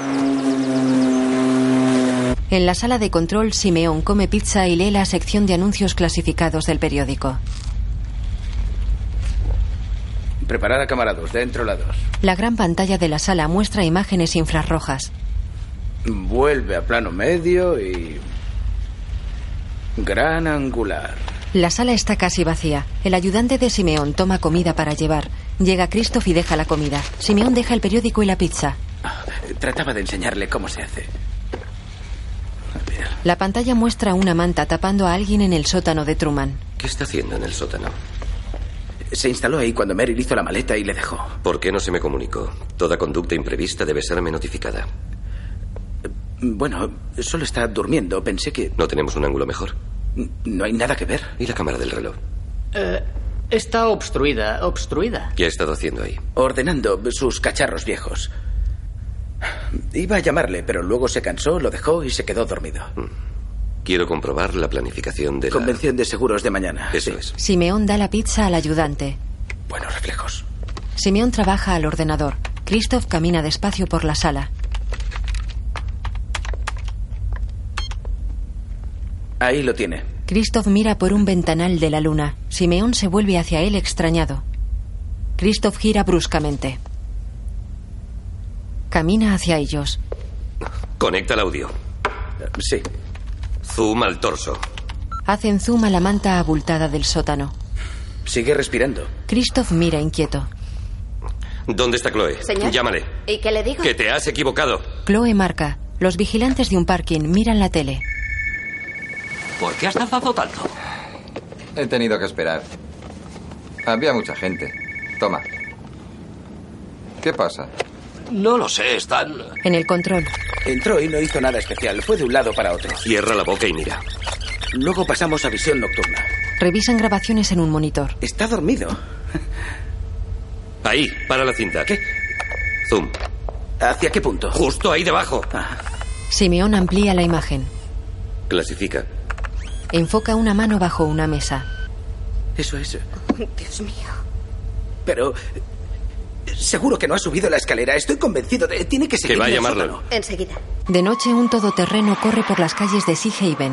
En la sala de control, Simeón come pizza y lee la sección de anuncios clasificados del periódico. Preparar a cámara dos, dentro la dos. La gran pantalla de la sala muestra imágenes infrarrojas. Vuelve a plano medio y... gran angular. La sala está casi vacía. El ayudante de Simeón toma comida para llevar. Llega Christoph y deja la comida. Simeón deja el periódico y la pizza. Trataba de enseñarle cómo se hace. La pantalla muestra una manta tapando a alguien en el sótano de Truman. ¿Qué está haciendo en el sótano? Se instaló ahí cuando Meryl hizo la maleta y le dejó. ¿Por qué no se me comunicó? Toda conducta imprevista debe serme notificada. Bueno, solo está durmiendo. Pensé que... ¿No tenemos un ángulo mejor? No hay nada que ver. ¿Y la cámara del reloj? Eh, está obstruida, obstruida. ¿Qué ha estado haciendo ahí? Ordenando sus cacharros viejos. Iba a llamarle, pero luego se cansó, lo dejó y se quedó dormido. Quiero comprobar la planificación de la... Convención de seguros de mañana. Eso sí. es. Simeón da la pizza al ayudante. Buenos reflejos. Simeón trabaja al ordenador. Christoph camina despacio por la sala. Ahí lo tiene. Christoph mira por un ventanal de la luna. Simeón se vuelve hacia él extrañado. Christoph gira bruscamente. Camina hacia ellos. Conecta el audio. Sí. Zoom al torso. Hacen zoom a la manta abultada del sótano. Sigue respirando. Christoph mira inquieto. ¿Dónde está Chloe? Señor. Llámale. ¿Y qué le digo? Que te has equivocado. Chloe marca. Los vigilantes de un parking miran la tele. ¿Por qué has tardado tanto? He tenido que esperar. Había mucha gente. Toma. ¿Qué pasa? No lo sé, están... En el control. Entró y no hizo nada especial. Fue de un lado para otro. Cierra la boca y mira. Luego pasamos a visión nocturna. Revisan grabaciones en un monitor. Está dormido. Ahí, para la cinta. ¿Qué? Zoom. ¿Hacia qué punto? Justo ahí debajo. Ah. Simeón amplía la imagen. Clasifica. Enfoca una mano bajo una mesa. Eso es. Dios mío. Pero... seguro que no ha subido la escalera. Estoy convencido de... Tiene que seguir. Que vaya en el Marlon. sótano. Enseguida. De noche, un todoterreno corre por las calles de Sea Haven.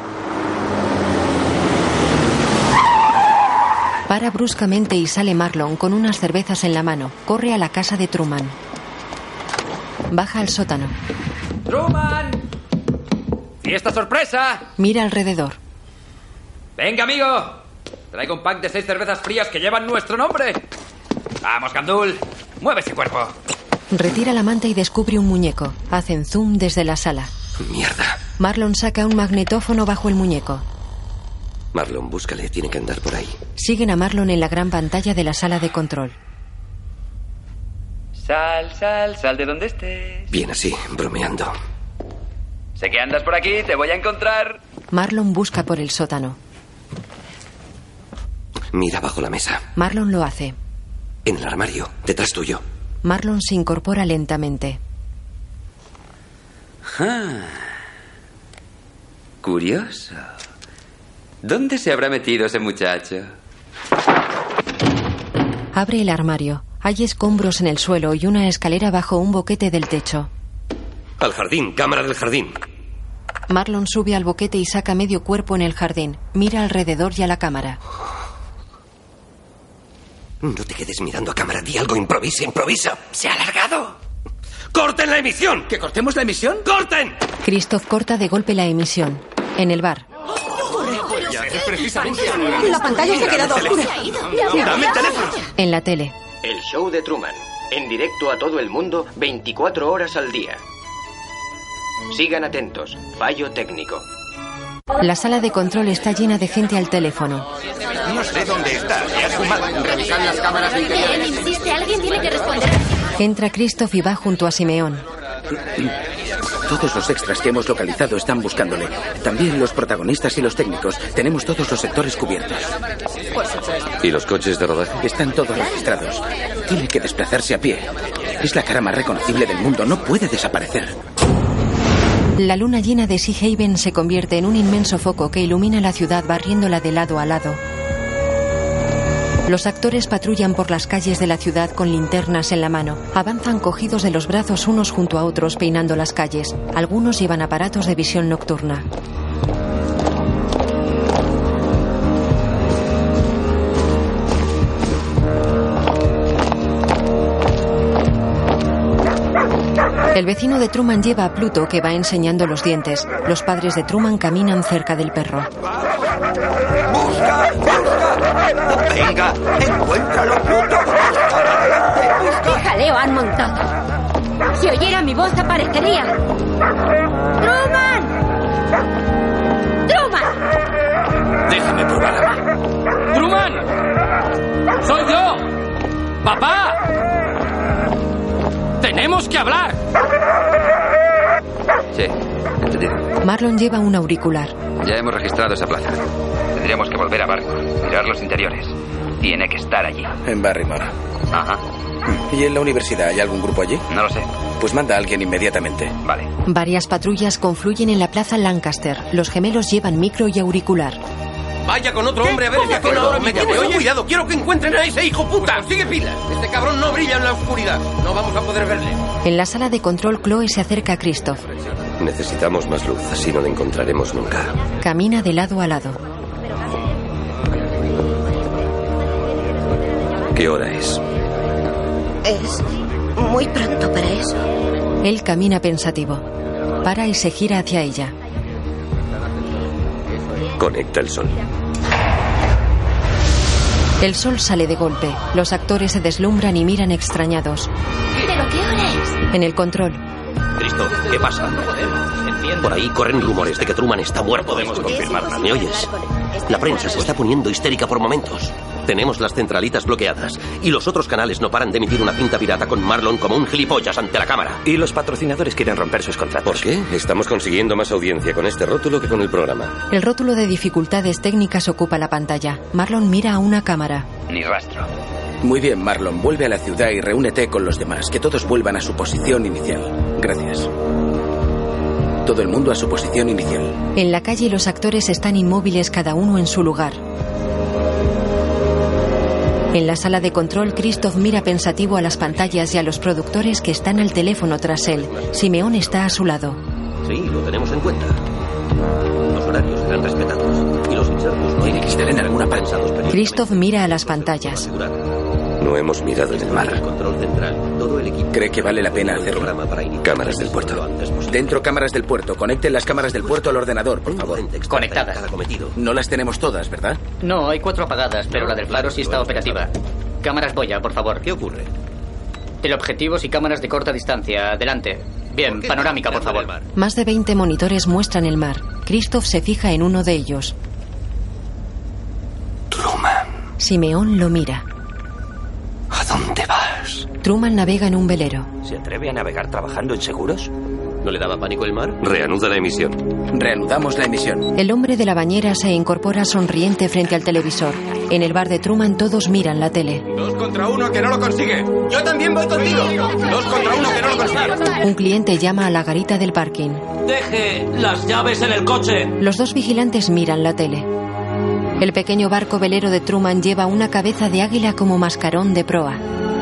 Para bruscamente y sale Marlon con unas cervezas en la mano. Corre a la casa de Truman. Baja al sótano. ¡Truman! ¡Fiesta sorpresa! Mira alrededor. ¡Venga, amigo! Traigo un pack de seis cervezas frías que llevan nuestro nombre. ¡Vamos, Gandul! ¡Mueve ese cuerpo! Retira la manta y descubre un muñeco. Hacen zoom desde la sala. Mierda. Marlon saca un magnetófono bajo el muñeco. Marlon, búscale. Tiene que andar por ahí. Siguen a Marlon en la gran pantalla de la sala de control. Sal, sal, sal de donde estés. Bien así, bromeando. Sé que andas por aquí, te voy a encontrar. Marlon busca por el sótano. Mira bajo la mesa. Marlon lo hace. En el armario, detrás tuyo. Marlon se incorpora lentamente. Ah, curioso. ¿Dónde se habrá metido ese muchacho? Abre el armario. Hay escombros en el suelo y una escalera bajo un boquete del techo. Al jardín, cámara del jardín. Marlon sube al boquete y saca medio cuerpo en el jardín. Mira alrededor y a la cámara. No te quedes mirando a cámara, di algo, improvisa, improvisa. ¡Se ha alargado! ¡Corten la emisión! ¿Que cortemos la emisión? ¡Corten! Christoph corta de golpe la emisión. En el bar. La pantalla se ha quedado oscura. ¡Dame el teléfono! En la tele. El show de Truman. En directo a todo el mundo, veinticuatro horas al día. Sigan atentos. Fallo técnico. La sala de control está llena de gente al teléfono. No sé dónde está. ¿Qué has fumado? Revisad las cámaras de interiores. Insiste, alguien tiene que responder. Entra Christoph y va junto a Simeón. Todos los extras que hemos localizado están buscándole. También los protagonistas y los técnicos. Tenemos todos los sectores cubiertos. ¿Y los coches de rodaje? Están todos registrados. Tiene que desplazarse a pie. Es la cara más reconocible del mundo. No puede desaparecer. La luna llena de Sea Haven se convierte en un inmenso foco que ilumina la ciudad barriéndola de lado a lado. Los actores patrullan por las calles de la ciudad con linternas en la mano. Avanzan cogidos de los brazos unos junto a otros peinando las calles. Algunos llevan aparatos de visión nocturna. El vecino de Truman lleva a Pluto, que va enseñando los dientes. Los padres de Truman caminan cerca del perro. ¡Busca! ¡Busca! ¡Venga! ¡Encuéntralo, Pluto! ¡Qué jaleo han montado! Si oyera mi voz aparecería. ¡Truman! ¡Truman! Déjame probar. ¡Truman! ¡Soy yo! ¡Papá! ¡Tenemos que hablar! Sí, entendido. Marlon lleva un auricular. Ya hemos registrado esa plaza. Tendríamos que volver a Barrymore, mirar los interiores. Tiene que estar allí. En Barrymore. Ajá. ¿Y en la universidad hay algún grupo allí? No lo sé. Pues manda a alguien inmediatamente. Vale. Varias patrullas confluyen en la plaza Lancaster. Los gemelos llevan micro y auricular. Vaya con otro hombre a ver el acuerdo. ¿Me oye? Cuidado, quiero que encuentren a ese hijo puta. Consigue pilas. Este cabrón no brilla en la oscuridad. No vamos a poder verle. En la sala de control, Chloe se acerca a Christoph. Necesitamos más luz, así no le encontraremos nunca. Camina de lado a lado. ¿Qué hora es? Es muy pronto para eso. Él camina pensativo. Para y se gira hacia ella. Conecta el sol. El sol sale de golpe. Los actores se deslumbran y miran extrañados. ¿Pero qué hora es? En el control. Cristo, ¿qué pasa? Por ahí corren rumores de que Truman está muerto. Podemos confirmarlo. ¿Me oyes? La prensa se está poniendo histérica por momentos. Tenemos las centralitas bloqueadas y los otros canales no paran de emitir una cinta pirata con Marlon como un gilipollas ante la cámara. Y los patrocinadores quieren romper sus contratos. ¿Por qué? Estamos consiguiendo más audiencia con este rótulo que con el programa. El rótulo de dificultades técnicas ocupa la pantalla. Marlon mira a una cámara. Ni rastro. Muy bien, Marlon. Vuelve a la ciudad y reúnete con los demás. Que todos vuelvan a su posición inicial. Gracias. Todo el mundo a su posición inicial. En la calle los actores están inmóviles cada uno en su lugar. En la sala de control, Christoph mira pensativo a las pantallas y a los productores que están al teléfono tras él. Simeón está a su lado. Sí, lo tenemos en cuenta. Los horarios serán respetados y los insertos no tiene que estar en alguna parte. Christoph mira a las pantallas. No hemos mirado en el mar. ¿Cree que vale la pena hacerlo? Cámaras del puerto. Dentro cámaras del puerto. Conecten las cámaras del puerto al ordenador, por favor. Conectadas. No las tenemos todas, ¿verdad? No, hay cuatro apagadas, pero la del faro sí está operativa. Cámaras Boya, por favor. ¿Qué ocurre? Teleobjetivos y cámaras de corta distancia. Adelante. Bien, panorámica, por favor. Más de veinte monitores muestran el mar. Christoph se fija en uno de ellos. Truman. Simeón lo mira. ¿A dónde vas? Truman navega en un velero. ¿Se atreve a navegar trabajando en seguros? ¿No le daba pánico el mar? Reanuda la emisión. Reanudamos la emisión. El hombre de la bañera se incorpora sonriente frente al televisor. En el bar de Truman todos miran la tele. Dos contra uno que no lo consigue. Yo también voy contigo. Dos contra uno que no lo consigue. Un cliente llama a la garita del parking. Deje las llaves en el coche. Los dos vigilantes miran la tele. El pequeño barco velero de Truman lleva una cabeza de águila como mascarón de proa.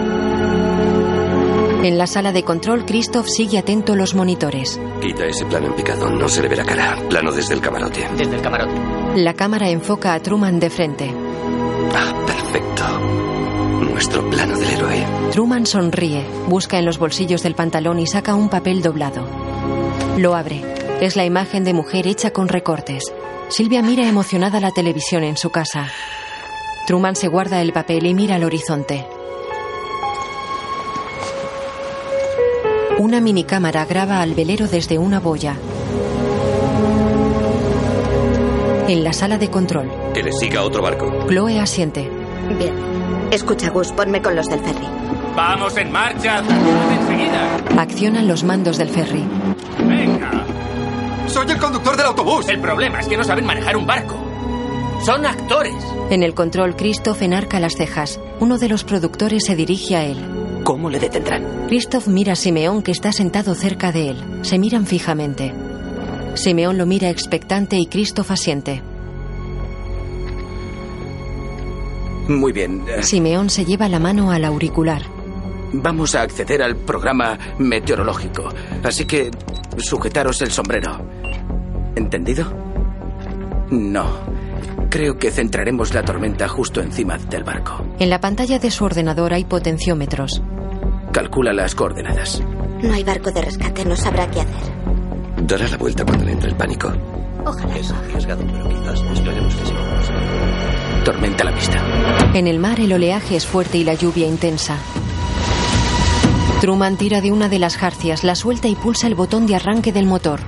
En la sala de control, Christoph sigue atento a los monitores. Quita ese plano en picado, no se le ve la cara. Plano desde el camarote. Desde el camarote. La cámara enfoca a Truman de frente. Ah, perfecto. Nuestro plano del héroe. Truman sonríe, busca en los bolsillos del pantalón y saca un papel doblado. Lo abre. Es la imagen de mujer hecha con recortes. Silvia mira emocionada la televisión en su casa. Truman se guarda el papel y mira al horizonte. Una minicámara graba al velero desde una boya. En la sala de control. Que le siga otro barco. Chloe asiente. Bien. Escucha, Gus, ponme con los del ferry. ¡Vamos en marcha! ¡Enseguida! Accionan los mandos del ferry. ¡Venga! ¡Soy el conductor del autobús! El problema es que no saben manejar un barco. ¡Son actores! En el control, Christoph enarca las cejas. Uno de los productores se dirige a él. ¿Cómo le detendrán? Christoph mira a Simeón, que está sentado cerca de él. Se miran fijamente. Simeón lo mira expectante y Christoph asiente. Muy bien. Simeón se lleva la mano al auricular. Vamos a acceder al programa meteorológico, así que sujetaros el sombrero. ¿Entendido? No. Creo que centraremos la tormenta justo encima del barco. En la pantalla de su ordenador hay potenciómetros. Calcula las coordenadas. No hay barco de rescate, no sabrá qué hacer. Dará la vuelta cuando le entre el pánico. Ojalá. Es arriesgado, pero quizás esperemos que sí. Tormenta a la vista. En el mar el oleaje es fuerte y la lluvia intensa. Truman tira de una de las jarcias, la suelta y pulsa el botón de arranque del motor.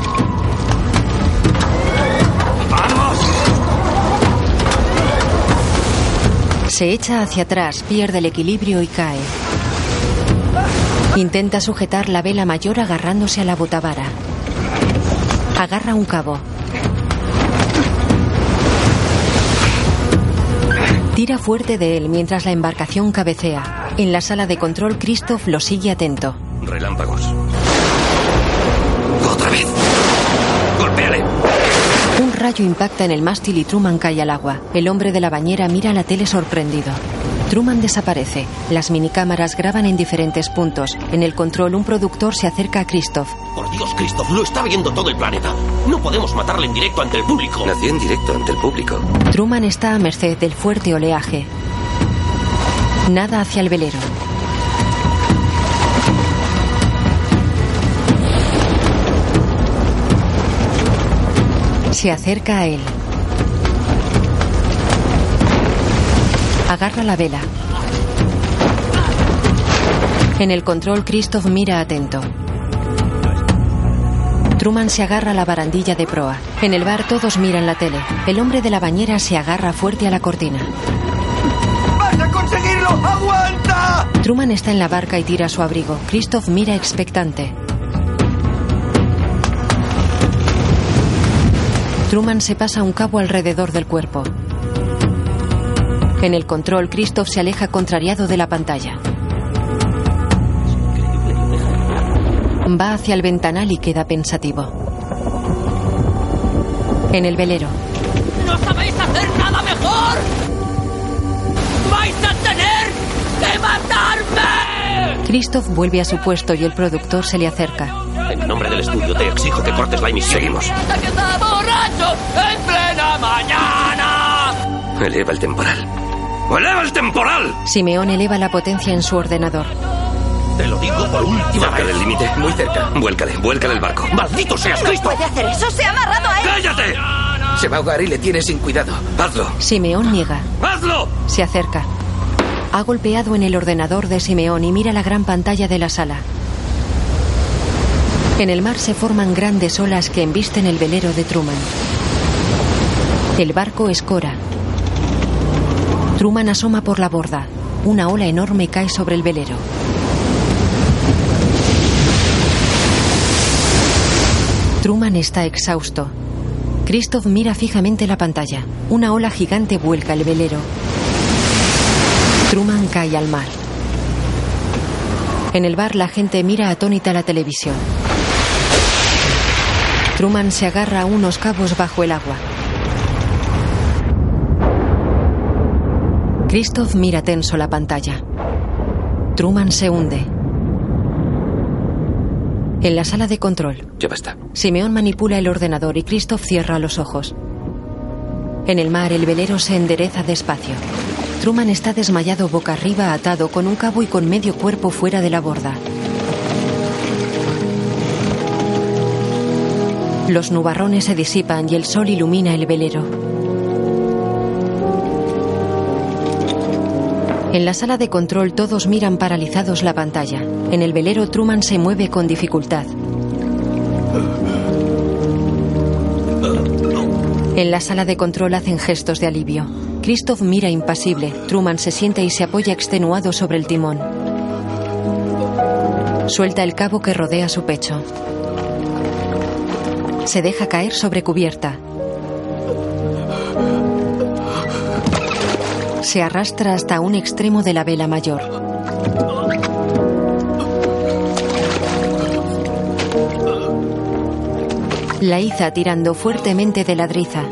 ¡Vamos! Se echa hacia atrás, pierde el equilibrio y cae. Intenta sujetar la vela mayor agarrándose a la botavara. Agarra un cabo. Tira fuerte de él mientras la embarcación cabecea. En la sala de control, Christoph lo sigue atento. Relámpagos. ¡Otra vez! ¡Golpéale! Un rayo impacta en el mástil y Truman cae al agua. El hombre de la bañera mira la tele sorprendido. Truman desaparece. Las minicámaras graban en diferentes puntos. En el control, un productor se acerca a Christoph. Por Dios, Christoph, lo está viendo todo el planeta. No podemos matarle en directo ante el público. Nació en directo ante el público. Truman está a merced del fuerte oleaje. Nada hacia el velero. Se acerca a él. Agarra la vela. En el control, Christoph mira atento. Truman se agarra a la barandilla de proa. En el bar todos miran la tele. El hombre de la bañera se agarra fuerte a la cortina. ¡Vas a conseguirlo! ¡Aguanta! Truman está en la barca y tira su abrigo. Christoph mira expectante. Truman se pasa un cabo alrededor del cuerpo. En el control, Christoph se aleja contrariado de la pantalla. Va hacia el ventanal y queda pensativo. En el velero. ¡No sabéis hacer nada mejor! ¡Vais a tener que matarme! Christoph vuelve a su puesto y el productor se le acerca. En nombre del estudio te exijo que cortes la emisión. Seguimos. ¡Hasta que está borracho en plena mañana! Eleva el temporal. ¡Eleva el temporal! Simeón eleva la potencia en su ordenador. Te lo digo por última Cerca vez. del límite. Muy cerca. Vuélcale, vuélcale el barco. ¡Maldito seas, No Cristo! puede hacer eso, se ha amarrado a él. ¡Cállate! Se va a ahogar y le tiene sin cuidado. ¡Hazlo! Simeón niega. ¡Hazlo! Se acerca. Ha golpeado en el ordenador de Simeón y mira la gran pantalla de la sala. En el mar se forman grandes olas que embisten el velero de Truman. El barco escora. Truman asoma por la borda. Una ola enorme cae sobre el velero. Truman está exhausto. Christoph mira fijamente la pantalla. Una ola gigante vuelca el velero. Truman cae al mar. En el bar la gente mira atónita la televisión. Truman se agarra a unos cabos bajo el agua. Christoph mira tenso la pantalla. Truman se hunde. En la sala de control, Ya basta. Simeón manipula el ordenador y Christoph cierra los ojos. En el mar, el velero se endereza despacio. Truman está desmayado boca arriba, atado con un cabo y con medio cuerpo fuera de la borda. Los nubarrones se disipan y el sol ilumina el velero. En la sala de control todos miran paralizados la pantalla. En el velero Truman se mueve con dificultad. En la sala de control hacen gestos de alivio. Christoph mira impasible. Truman se sienta y se apoya extenuado sobre el timón. Suelta el cabo que rodea su pecho. Se deja caer sobre cubierta. Se arrastra hasta un extremo de la vela mayor. La iza tirando fuertemente de la driza.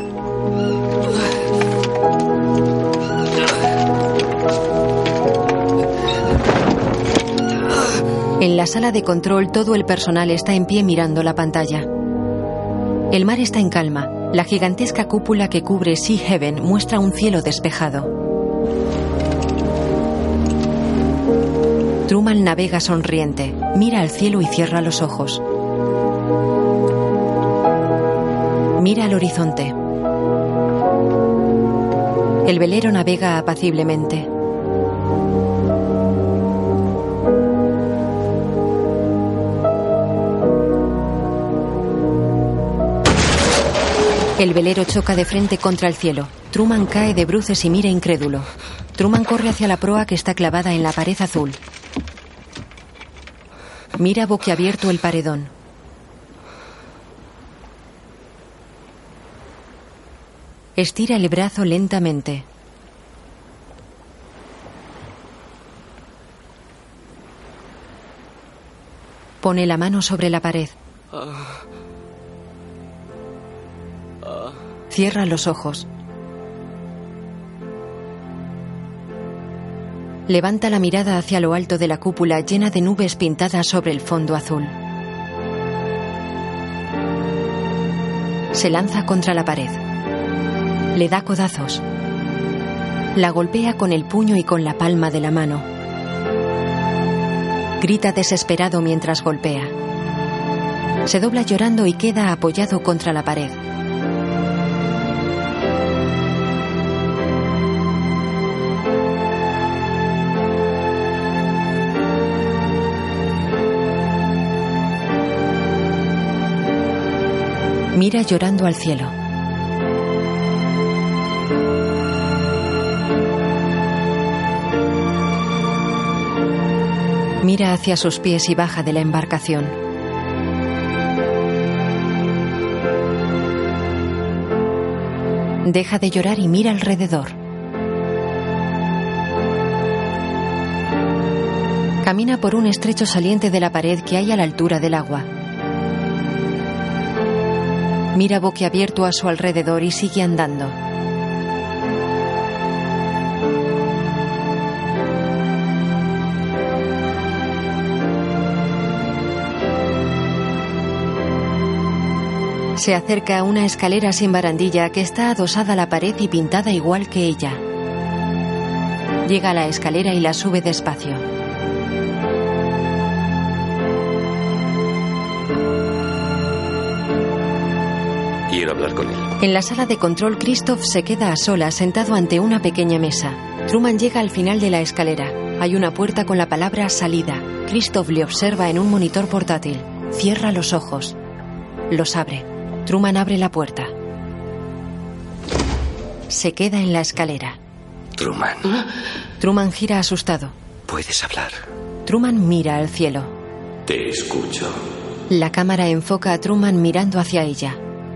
En la sala de control todo el personal está en pie mirando la pantalla. El mar está en calma. La gigantesca cúpula que cubre Sea Heaven muestra un cielo despejado. Truman navega sonriente. Mira al cielo y cierra los ojos. Mira al horizonte. El velero navega apaciblemente. El velero choca de frente contra el cielo. Truman cae de bruces y mira incrédulo. Truman corre hacia la proa que está clavada en la pared azul. Mira boquiabierto el paredón. Estira el brazo lentamente. Pone la mano sobre la pared. Cierra los ojos. Levanta la mirada hacia lo alto de la cúpula llena de nubes pintadas sobre el fondo azul. Se lanza contra la pared. Le da codazos. La golpea con el puño y con la palma de la mano. Grita desesperado mientras golpea. Se dobla llorando y queda apoyado contra la pared. Mira llorando al cielo. Mira hacia sus pies y baja de la embarcación. Deja de llorar y mira alrededor. Camina por un estrecho saliente de la pared que hay a la altura del agua. Mira boquiabierto a su alrededor y sigue andando. Se acerca a una escalera sin barandilla que está adosada a la pared y pintada igual que ella. Llega a la escalera y la sube despacio. Quiero hablar con él. En la sala de control, Christoph se queda a solas sentado ante una pequeña mesa. Truman llega al final de la escalera. Hay una puerta con la palabra salida. Christoph le observa en un monitor portátil. Cierra los ojos. Los abre. Truman abre la puerta. Se queda en la escalera. Truman. Truman gira asustado. Puedes hablar. Truman mira al cielo. Te escucho. La cámara enfoca a Truman mirando hacia ella.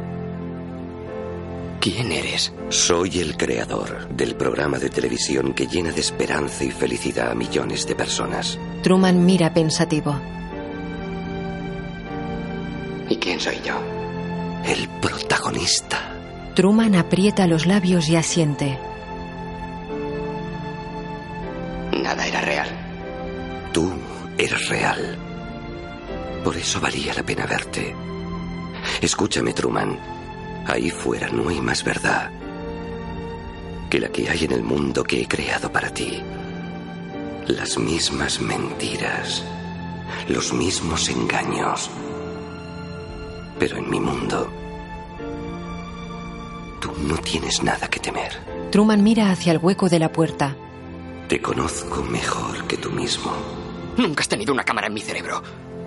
¿Quién eres? Soy el creador del programa de televisión que llena de esperanza y felicidad a millones de personas. Truman mira pensativo. ¿Y quién soy yo? El protagonista. Truman aprieta los labios y asiente. nada era real. Tú eras real. Por eso valía la pena verte. Escúchame, Truman. Ahí fuera no hay más verdad que la que hay en el mundo que he creado para ti. Las mismas mentiras, los mismos engaños. Pero en mi mundo, tú no tienes nada que temer. Truman mira hacia el hueco de la puerta. Te conozco mejor que tú mismo. Nunca has tenido una cámara en mi cerebro.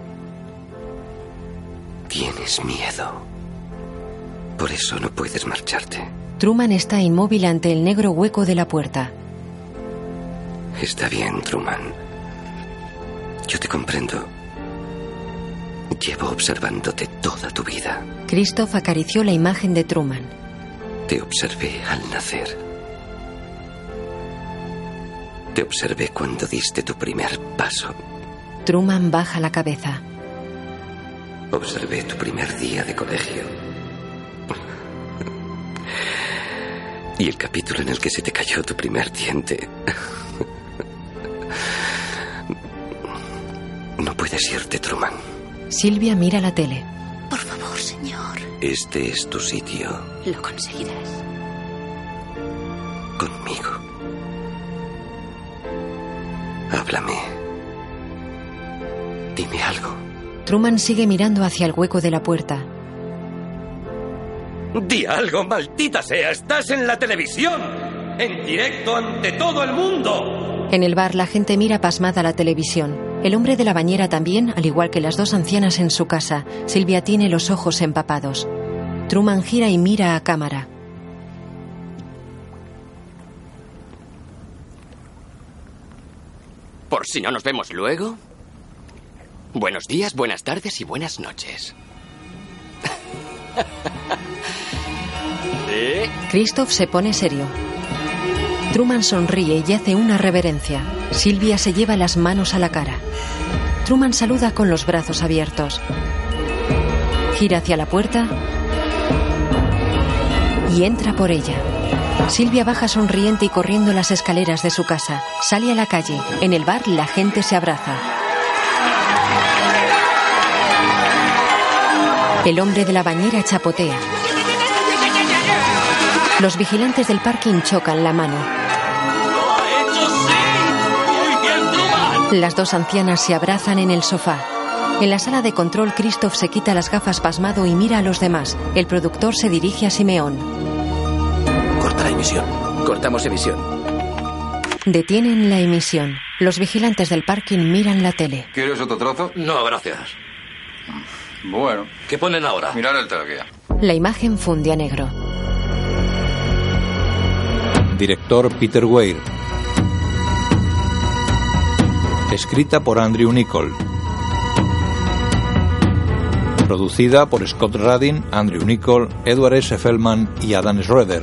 Tienes miedo. Por eso no puedes marcharte. Truman está inmóvil ante el negro hueco de la puerta. Está bien, Truman. Yo te comprendo. Llevo observándote toda tu vida. Christoph acarició la imagen de Truman. Te observé al nacer. Te observé cuando diste tu primer paso. Truman baja la cabeza. Observé tu primer día de colegio. Y el capítulo en el que se te cayó tu primer diente. No puedes irte, Truman. Silvia mira la tele. Por favor, señor. Este es tu sitio. Lo conseguirás. Conmigo. Háblame. Dime algo. Truman sigue mirando hacia el hueco de la puerta. Di algo, maldita sea. Estás en la televisión. En directo ante todo el mundo. En el bar la gente mira pasmada la televisión. El hombre de la bañera también, al igual que las dos ancianas en su casa. Silvia tiene los ojos empapados. Truman gira y mira a cámara. Por si no nos vemos luego. Buenos días, buenas tardes y buenas noches. ¿Sí? Christoph se pone serio. Truman sonríe y hace una reverencia. Silvia se lleva las manos a la cara. Truman saluda con los brazos abiertos. Gira hacia la puerta y entra por ella. Silvia baja sonriente y corriendo las escaleras de su casa. Sale a la calle. En el bar la gente se abraza. El hombre de la bañera chapotea. Los vigilantes del parking chocan la mano. Las dos ancianas se abrazan en el sofá. En la sala de control, Christoph se quita las gafas pasmado y mira a los demás. El productor se dirige a Simeón. Corta la emisión. Cortamos emisión. Detienen la emisión. Los vigilantes del parking miran la tele. ¿Quieres otro trozo? No, gracias. Bueno. ¿Qué ponen ahora? Mirar el teleguía. La imagen funde a negro. Director Peter Weir. Escrita por Andrew Niccol. Producida por Scott Rudin, Andrew Niccol, Edward S. Feldman y Adam Schroeder.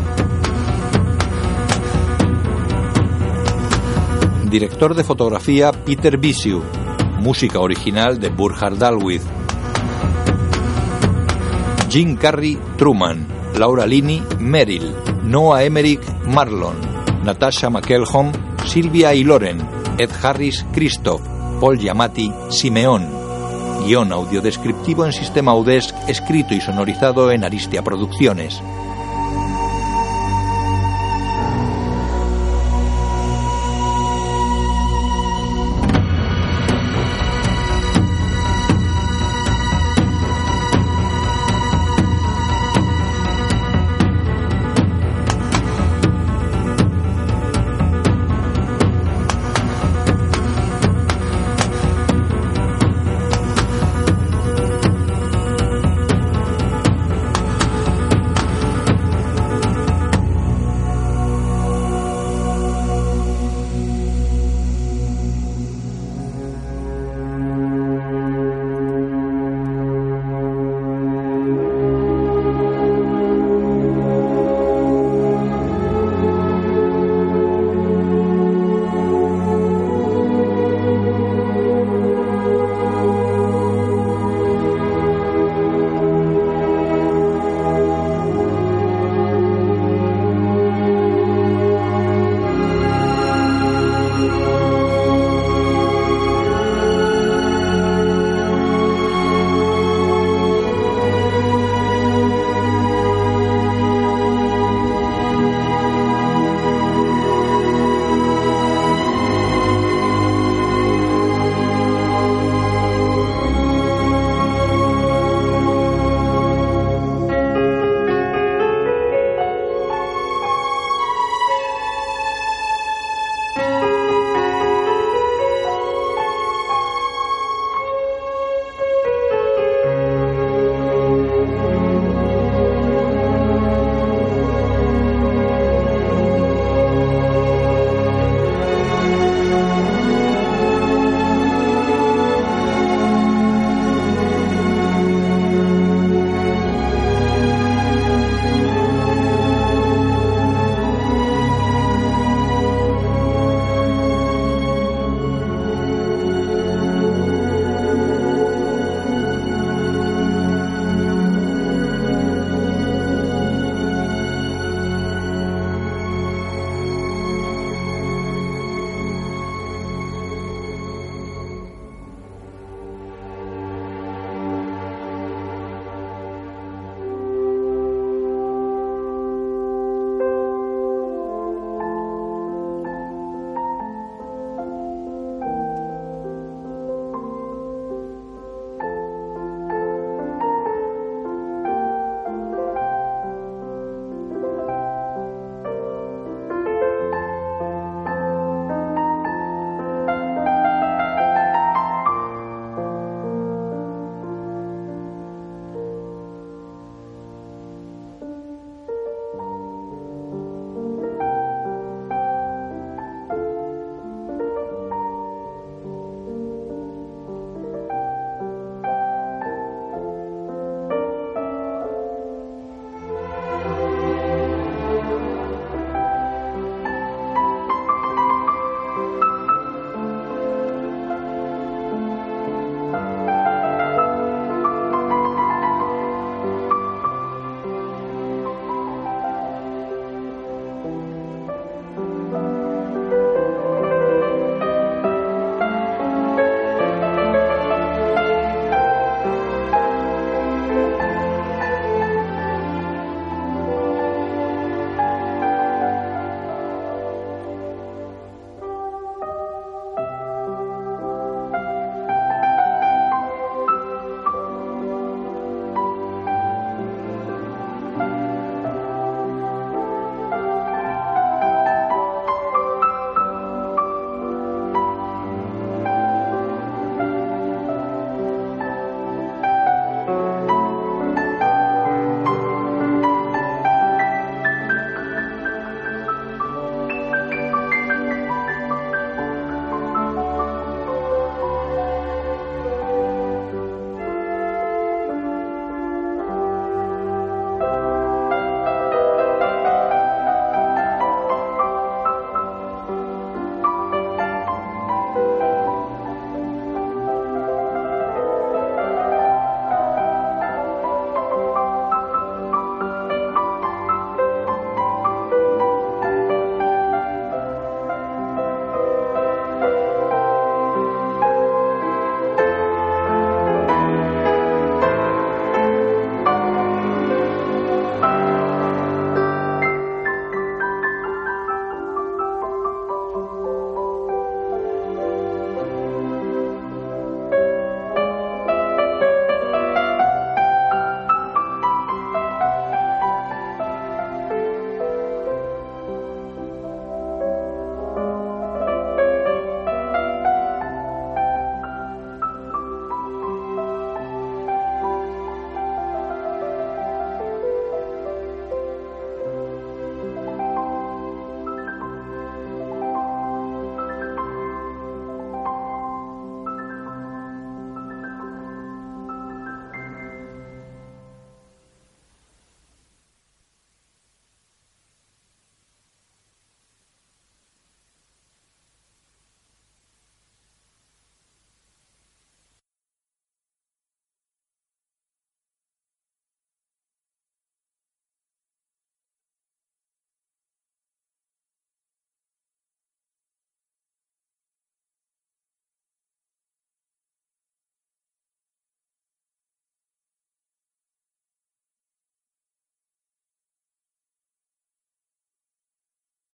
Director de fotografía Peter Bisiu. Música original de Burkhard Dalwith. Jim Carrey, Truman. Laura Linney, Meryl. Noah Emmerich, Marlon. Natasha McElhone, Silvia y Loren. Ed Harris, Christoph. Paul Giamatti, Simeón. Guión audiodescriptivo en sistema Udesc, escrito y sonorizado en Aristia Producciones.